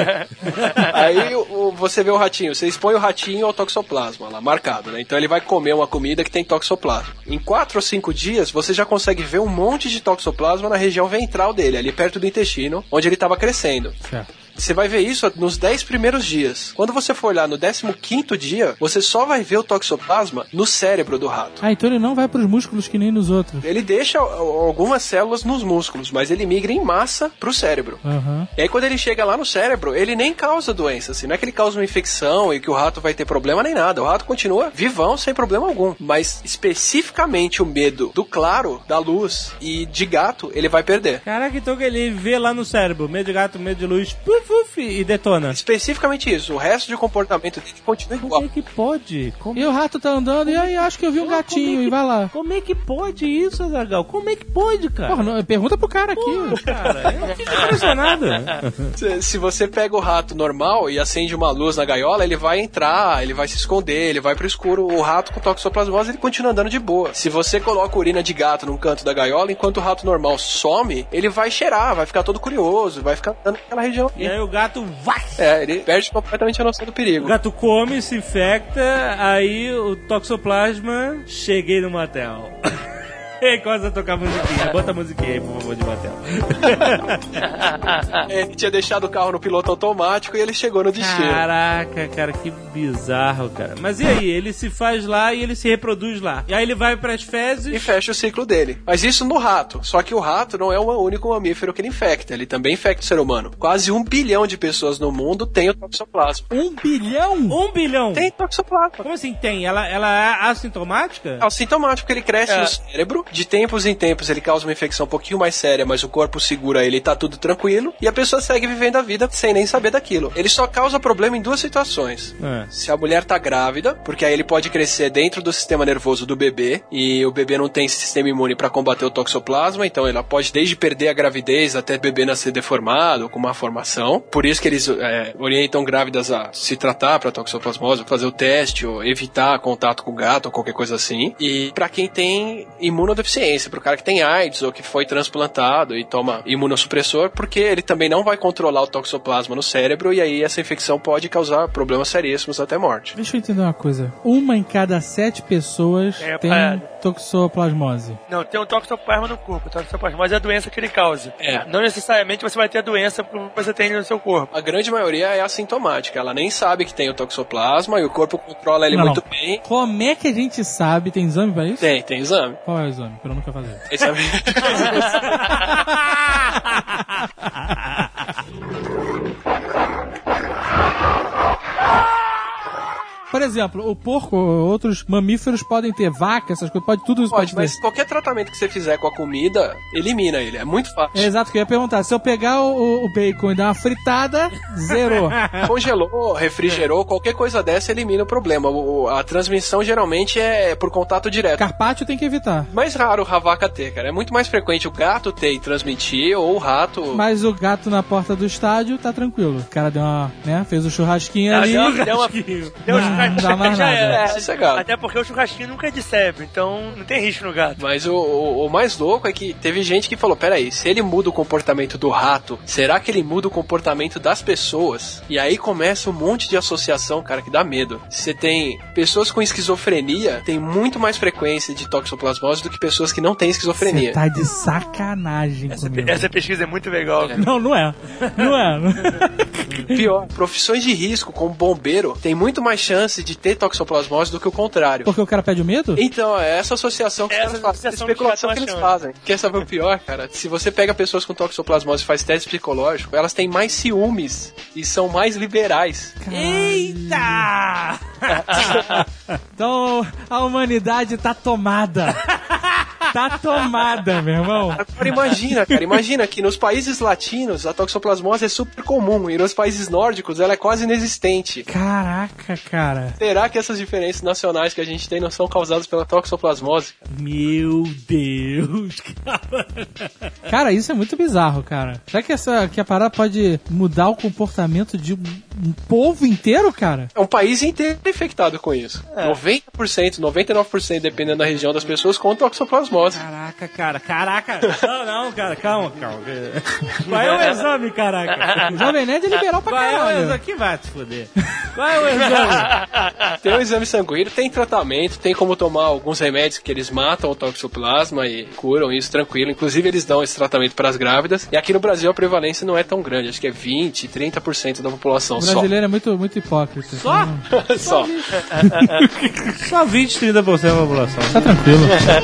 Aí você vê o ratinho, você expõe o ratinho ao toxoplasma lá, marcado, né? Então ele vai comer uma comida que tem toxoplasma. Em 4 ou 5 dias, você já consegue ver um monte de toxoplasma na região ventral dele, ali perto do intestino, onde ele estava crescendo. Certo. Você vai ver isso nos 10 primeiros dias. Quando você for lá no 15º dia, você só vai ver o toxoplasma no cérebro do rato. Ah, então ele não vai pros músculos que nem nos outros. Ele deixa algumas células nos músculos, mas ele migra em massa pro cérebro. Uhum. E aí quando ele chega lá no cérebro, ele nem causa doença, assim. Não é que ele causa uma infecção e que o rato vai ter problema nem nada. O rato continua vivão, sem problema algum. Mas especificamente o medo do claro, da luz e de gato, ele vai perder. Caraca, então ele vê lá no cérebro, medo de gato, medo de luz, puf, fuf, e detona. Especificamente isso, o resto de comportamento dele continua igual. Como é que pode? E o rato tá andando e aí acho que eu vi um gatinho e vai lá. Como é que pode isso, Azaghal? Como é que pode, cara? Porra, não, pergunta pro cara aqui. Porra, cara, eu fico impressionado. Se você pega o rato normal e acende uma luz na gaiola, ele vai entrar, ele vai se esconder, ele vai pro escuro. O rato com toxoplasmose, ele continua andando de boa. Se você coloca urina de gato num canto da gaiola, enquanto o rato normal some, ele vai cheirar, vai ficar todo curioso, vai ficar andando naquela região. E aí o gato vai! Ele perde completamente a noção do perigo. O gato come, se infecta, aí o toxoplasma... Cheguei no motel. E começa a tocar musiquinha. Bota a musiquinha aí, por favor, de motel. Ele tinha deixado o carro no piloto automático e ele chegou no destino. Caraca, cara, que bizarro, cara. Mas e aí? Ele se faz lá e ele se reproduz lá. E aí ele vai pras fezes... E fecha o ciclo dele. Mas isso no rato. Só que o rato não é o único mamífero que ele infecta. Ele também infecta o ser humano. Quase 1 bilhão de pessoas no mundo tem o toxoplasma. 1 bilhão? 1 bilhão? Tem toxoplasma. Como assim tem? Ela é assintomática? É assintomático, ele cresce no cérebro. De tempos em tempos ele causa uma infecção um pouquinho mais séria, mas o corpo segura ele e tá tudo tranquilo. E a pessoa segue vivendo a vida sem nem saber daquilo. Ele só causa problema em 2 situações. Se a mulher tá grávida, porque aí ele pode crescer dentro do sistema nervoso do bebê, e o bebê não tem sistema imune pra combater o toxoplasma, então ela pode desde perder a gravidez até o bebê nascer deformado, com uma formação. Por isso que eles orientam grávidas a se tratar pra toxoplasmose, fazer o teste, ou evitar contato com o gato, ou qualquer coisa assim. E pra quem tem imunodeficiência, pro cara que tem AIDS, ou que foi transplantado e toma imunossupressor, porque ele também não vai controlar o toxoplasma no cérebro, e aí essa infecção pode causar problemas seríssimos até morte. Deixa eu entender uma coisa. 1 em cada 7 pessoas tem toxoplasmose. Não, tem um toxoplasma no corpo. Toxoplasmose é a doença que ele causa. Não necessariamente você vai ter a doença que você tem no seu corpo. A grande maioria é assintomática. Ela nem sabe que tem o toxoplasma e o corpo controla ele muito bem. Como é que a gente sabe? Tem exame pra isso? Tem exame. Qual é o exame? Pra eu nunca fazer. Exame. Por exemplo, o porco, outros mamíferos podem ter vaca, essas coisas, pode tudo isso. Pode, mas qualquer tratamento que você fizer com a comida, elimina ele, é muito fácil. É exato o que eu ia perguntar, se eu pegar o bacon e dar uma fritada, zerou. Congelou, refrigerou, qualquer coisa dessa elimina o problema. A transmissão geralmente é por contato direto. Carpaccio tem que evitar. Mais raro a vaca ter, cara, é muito mais frequente o gato ter e transmitir, ou o rato... Mas o gato na porta do estádio tá tranquilo. O cara deu uma, fez o churrasquinho ali. Não dá mais nada. Até porque o churrasquinho nunca é de sebo, então não tem risco no gato. Mas o mais louco é que teve gente que falou, peraí, se ele muda o comportamento do rato, será que ele muda o comportamento das pessoas? E aí começa um monte de associação, cara, que dá medo. Você tem pessoas com esquizofrenia, tem muito mais frequência de toxoplasmose do que pessoas que não têm esquizofrenia. Você tá de sacanagem comigo. Essa pesquisa é muito legal. Não é. Não é. Pior, profissões de risco, como bombeiro, tem muito mais chance de ter toxoplasmose do que o contrário. Porque o cara pede o medo? Então, é essa associação que os caras fazem, essa especulação que eles fazem. Quer saber o pior, cara? Se você pega pessoas com toxoplasmose e faz teste psicológico, elas têm mais ciúmes e são mais liberais. Eita! Então, a humanidade tá tomada. Tá tomada, meu irmão. Agora imagina que nos países latinos a toxoplasmose é super comum e nos países nórdicos ela é quase inexistente. Caraca, cara. Será que essas diferenças nacionais que a gente tem não são causadas pela toxoplasmose? Meu Deus, cara. Cara, isso é muito bizarro, cara. Será que a parada pode mudar o comportamento de um povo inteiro, cara? É um país inteiro infectado com isso. 90%, 99%, dependendo da região das pessoas, com toxoplasmose. Caraca, cara, caraca. Não, cara, calma. Vai o exame, caraca. O Jovem Nerd é liberal pra caralho. Vai o exame, que vai te foder. Vai o exame. Tem o exame sanguíneo, tem tratamento, tem como tomar alguns remédios que eles matam o toxoplasma e curam isso tranquilo. Inclusive eles dão esse tratamento para as grávidas. E aqui no Brasil a prevalência não é tão grande, acho que é 20, 30% da população só. O brasileiro é muito hipócrita. Só? Só. Só 20, 30% da população. Tá tranquilo.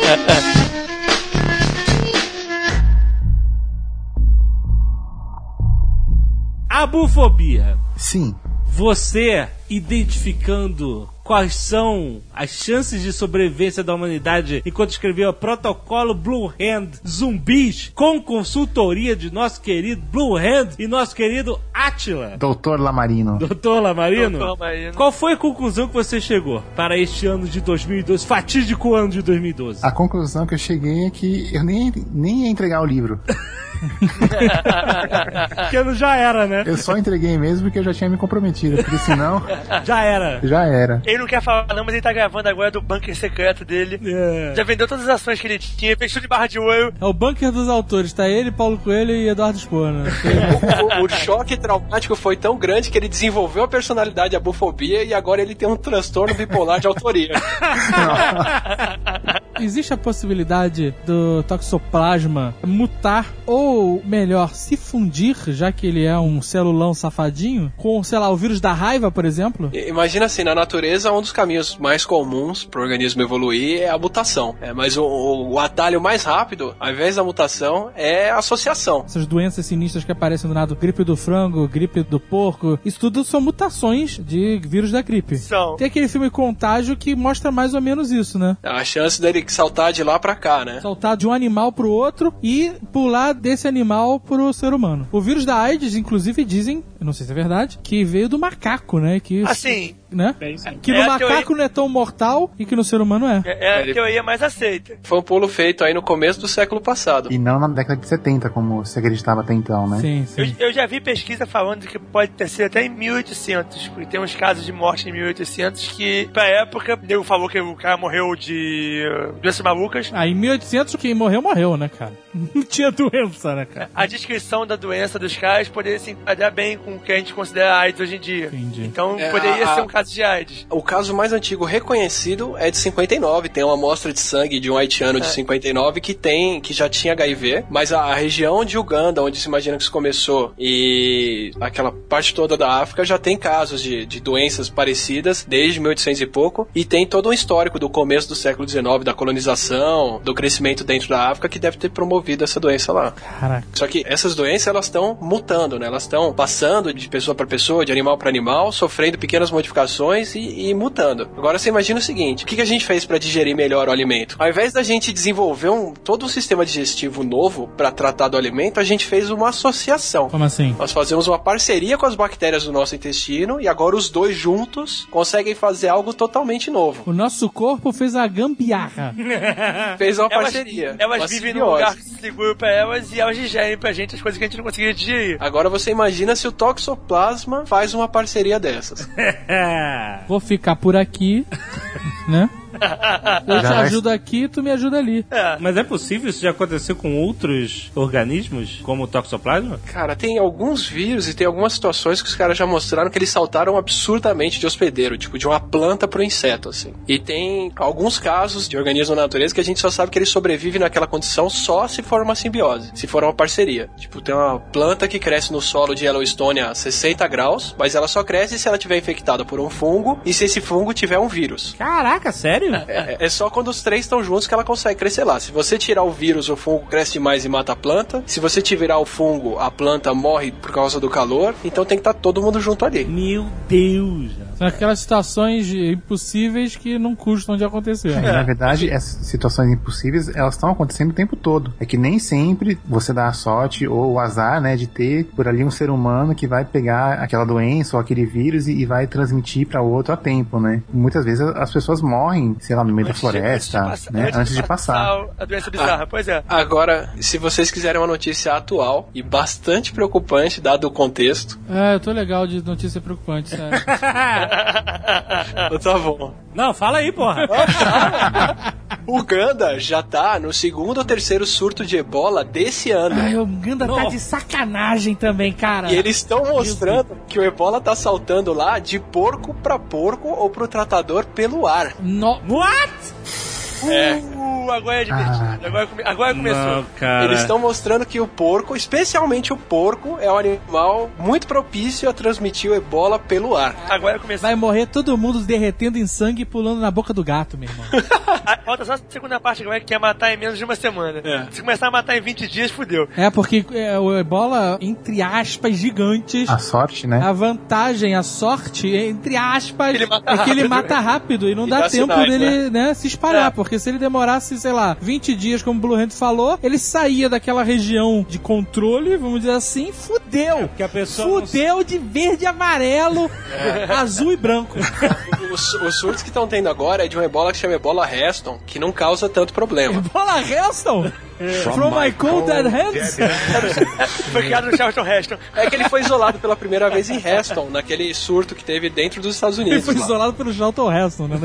A bufobia. Sim. Você identificando quais são as chances de sobrevivência da humanidade enquanto escreveu o protocolo Blue Hand Zumbis com consultoria de nosso querido Blue Hand e nosso querido Átila. Doutor Lamarino. Doutor Lamarino? Doutor Lamarino. Qual foi a conclusão que você chegou para este ano de 2012, fatídico ano de 2012? A conclusão que eu cheguei é que eu nem ia entregar o livro. Porque já era, né? Eu só entreguei mesmo porque eu já tinha me comprometido, porque senão... Já era. Já era. Ele não quer falar não, mas ele tá gravando agora do bunker secreto dele. Já vendeu todas as ações que ele tinha, fez tudo de barra de ouro. É o bunker dos autores, tá ele, Paulo Coelho e Eduardo Spohr, né? O choque traumático foi tão grande que ele desenvolveu a personalidade, a bufobia, e agora ele tem um transtorno bipolar de autoria. Existe a possibilidade do toxoplasma mutar, ou melhor, se fundir, já que ele é um celulão safadinho, com, sei lá, o vírus da raiva, por exemplo? Imagina assim, na natureza, um dos caminhos mais comuns para o organismo evoluir é a mutação. Mas o atalho mais rápido, ao invés da mutação, é a associação. Essas doenças sinistras que aparecem do nada, gripe do frango, gripe do porco, isso tudo são mutações de vírus da gripe. São. Tem aquele filme Contágio que mostra mais ou menos isso, né? A chance dele saltar de lá pra cá, né? Saltar de um animal pro outro e pular desse animal pro ser humano. O vírus da AIDS, inclusive, dizem, eu não sei se é verdade, que veio do macaco, né? Que, assim... né? Que no macaco não é tão mortal e que no ser humano é. É a teoria mais aceita. Foi um pulo feito aí no começo do século passado. E não na década de 70, como se acreditava até então, né? Sim, sim. Eu já vi pesquisa falando de que pode ter sido até em 1800, porque tem uns casos de morte em 1800 que, pra época, Deus falou que o cara morreu de doenças malucas. Ah, em 1800 quem morreu, né, cara? Não tinha doença, né, cara? A descrição da doença dos caras poderia se enquadrar bem com o que a gente considera AIDS hoje em dia. Entendi. Então poderia ser um caso de AIDS. O caso mais antigo reconhecido é de 59. Tem uma amostra de sangue de um haitiano de 59 que já tinha HIV, mas a região de Uganda, onde se imagina que isso começou, e aquela parte toda da África, já tem casos de doenças parecidas desde 1800 e pouco, e tem todo um histórico do começo do século XIX, da colonização, do crescimento dentro da África, que deve ter promovido essa doença lá. Caraca. Só que essas doenças, elas estão mutando, né? Elas estão passando de pessoa para pessoa, de animal para animal, sofrendo pequenas modificações e mutando. Agora você imagina o seguinte, o que a gente fez para digerir melhor o alimento? Ao invés da gente desenvolver todo um sistema digestivo novo para tratar do alimento, a gente fez uma associação. Como assim? Nós fazemos uma parceria com as bactérias do nosso intestino e agora os dois juntos conseguem fazer algo totalmente novo. O nosso corpo fez a gambiarra. Fez uma parceria. Elas vivem num lugar seguro pra elas e elas digerem pra gente as coisas que a gente não conseguia digerir. Agora você imagina se o toxoplasma faz uma parceria dessas. Vou ficar por aqui, né? Eu te ajudo aqui, tu me ajuda ali. Mas é possível isso já acontecer com outros organismos, como o toxoplasma? Cara, tem alguns vírus e tem algumas situações que os caras já mostraram que eles saltaram absurdamente de hospedeiro, tipo de uma planta pro inseto, assim. E tem alguns casos de organismos na natureza que a gente só sabe que eles sobrevivem naquela condição só se for uma simbiose, se for uma parceria. Tipo, tem uma planta que cresce no solo de Yellowstone a 60 graus, mas ela só cresce se ela estiver infectada por um fungo e se esse fungo tiver um vírus. Caraca, sério? É só quando os três estão juntos que ela consegue crescer lá. Se você tirar o vírus, o fungo cresce demais e mata a planta. Se você tirar o fungo, a planta morre por causa do calor. Então tem que estar todo mundo junto ali. Meu Deus! São aquelas situações impossíveis que não custam de acontecer. Na verdade, essas situações impossíveis, elas estão acontecendo o tempo todo. É que nem sempre você dá a sorte ou o azar, né, de ter por ali um ser humano que vai pegar aquela doença ou aquele vírus e vai transmitir para o outro a tempo, né? Muitas vezes as pessoas morrem, sei lá, no meio da floresta, antes de passar. A doença bizarra, pois é. Agora, se vocês quiserem uma notícia atual e bastante preocupante, dado o contexto... Eu tô legal de notícia preocupante, sério. Tá bom. Não, fala aí, porra. Uganda já tá no segundo ou terceiro surto de ebola desse ano. Ai, o Uganda tá de sacanagem também, cara. E eles estão mostrando que o ebola tá saltando lá de porco pra porco ou pro tratador pelo ar. What? Agora é divertido. Agora começou. Não, cara. Eles estão mostrando que o porco, especialmente o porco, é um animal muito propício a transmitir o ebola pelo ar. Agora começou. Vai morrer todo mundo derretendo em sangue e pulando na boca do gato, meu irmão. Falta só a segunda parte agora, que é matar em menos de uma semana. Se começar a matar em 20 dias, fudeu. Porque o ebola, entre aspas, gigantes... A sorte, né? A vantagem, a sorte, entre aspas, que ele mata rápido e não dá tempo sinais, dele, né, se espalhar. Porque se ele demorar passasse, sei lá, 20 dias, como o Blue Hand falou, ele saía daquela região de controle, vamos dizer assim, fudeu. Que a pessoa fudeu de verde, amarelo, azul e branco. Os surtos que estão tendo agora é de uma ebola que chama ebola Heston, que não causa tanto problema. Ebola Heston? From my cold dead hands? Foi criado no Charlton Heston. É que ele foi isolado pela primeira vez em Heston, naquele surto que teve dentro dos Estados Unidos. Ele foi isolado pelo Charlton Heston, né?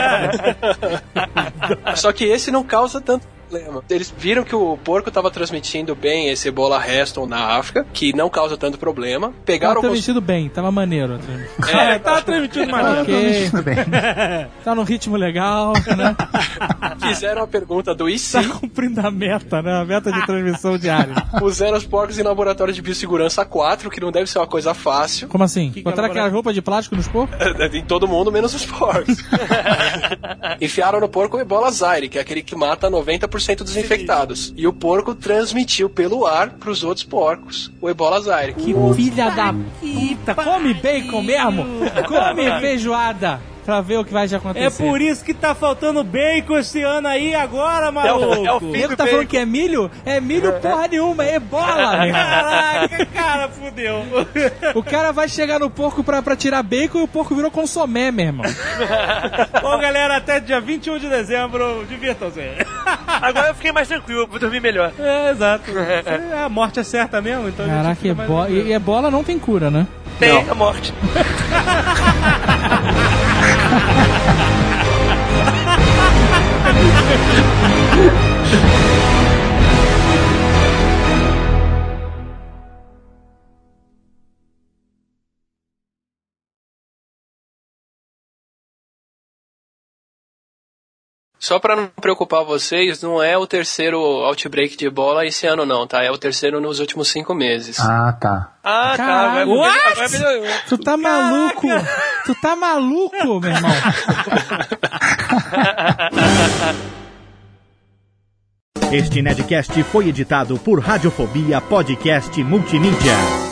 Só que esse não causa tanto problema. Eles viram que o porco estava transmitindo bem esse ebola Heston na África, que não causa tanto problema. Pegaram tava transmitindo bem, tava maneiro. Tava transmitindo maneiro. Ok. Tá no ritmo legal, né? Fizeram a pergunta do e se. Tá cumprindo a meta, né? A meta de transmissão diária. Puseram os porcos em laboratório de biossegurança 4, que não deve ser uma coisa fácil. Como assim? Botaram aquela roupa de plástico nos porcos? Em todo mundo, menos os porcos. Enfiaram no porco o ebola Zaire, que é aquele que mata 90% dos infectados. E o porco transmitiu pelo ar pros outros porcos o ebola Zaire. Que filha da puta! Come bacon mesmo? Come feijoada! Pra ver o que vai acontecer. É por isso que tá faltando bacon esse ano aí agora, maluco. É o fim Nego do tá bacon. falando que é milho? É milho porra nenhuma, é ebola, meu. Caraca, cara, fudeu. O cara vai chegar no porco pra tirar bacon e o porco virou consomé, meu irmão. Bom, galera, até dia 21 de dezembro, divirtam-se. Agora eu fiquei mais tranquilo, vou dormir melhor. É, exato. A morte é certa mesmo, então. Caraca, ebola. E ebola não tem cura, né? Tem a morte. Só pra não preocupar vocês, não é o terceiro outbreak de ebola esse ano não, tá? É o terceiro nos últimos 5 meses. Ah, tá. Ah, Caralho, tá. what? Agora melhorou. Tu tá maluco? Tu tá maluco, meu irmão? Este Nerdcast foi editado por Radiofobia Podcast Multimídia.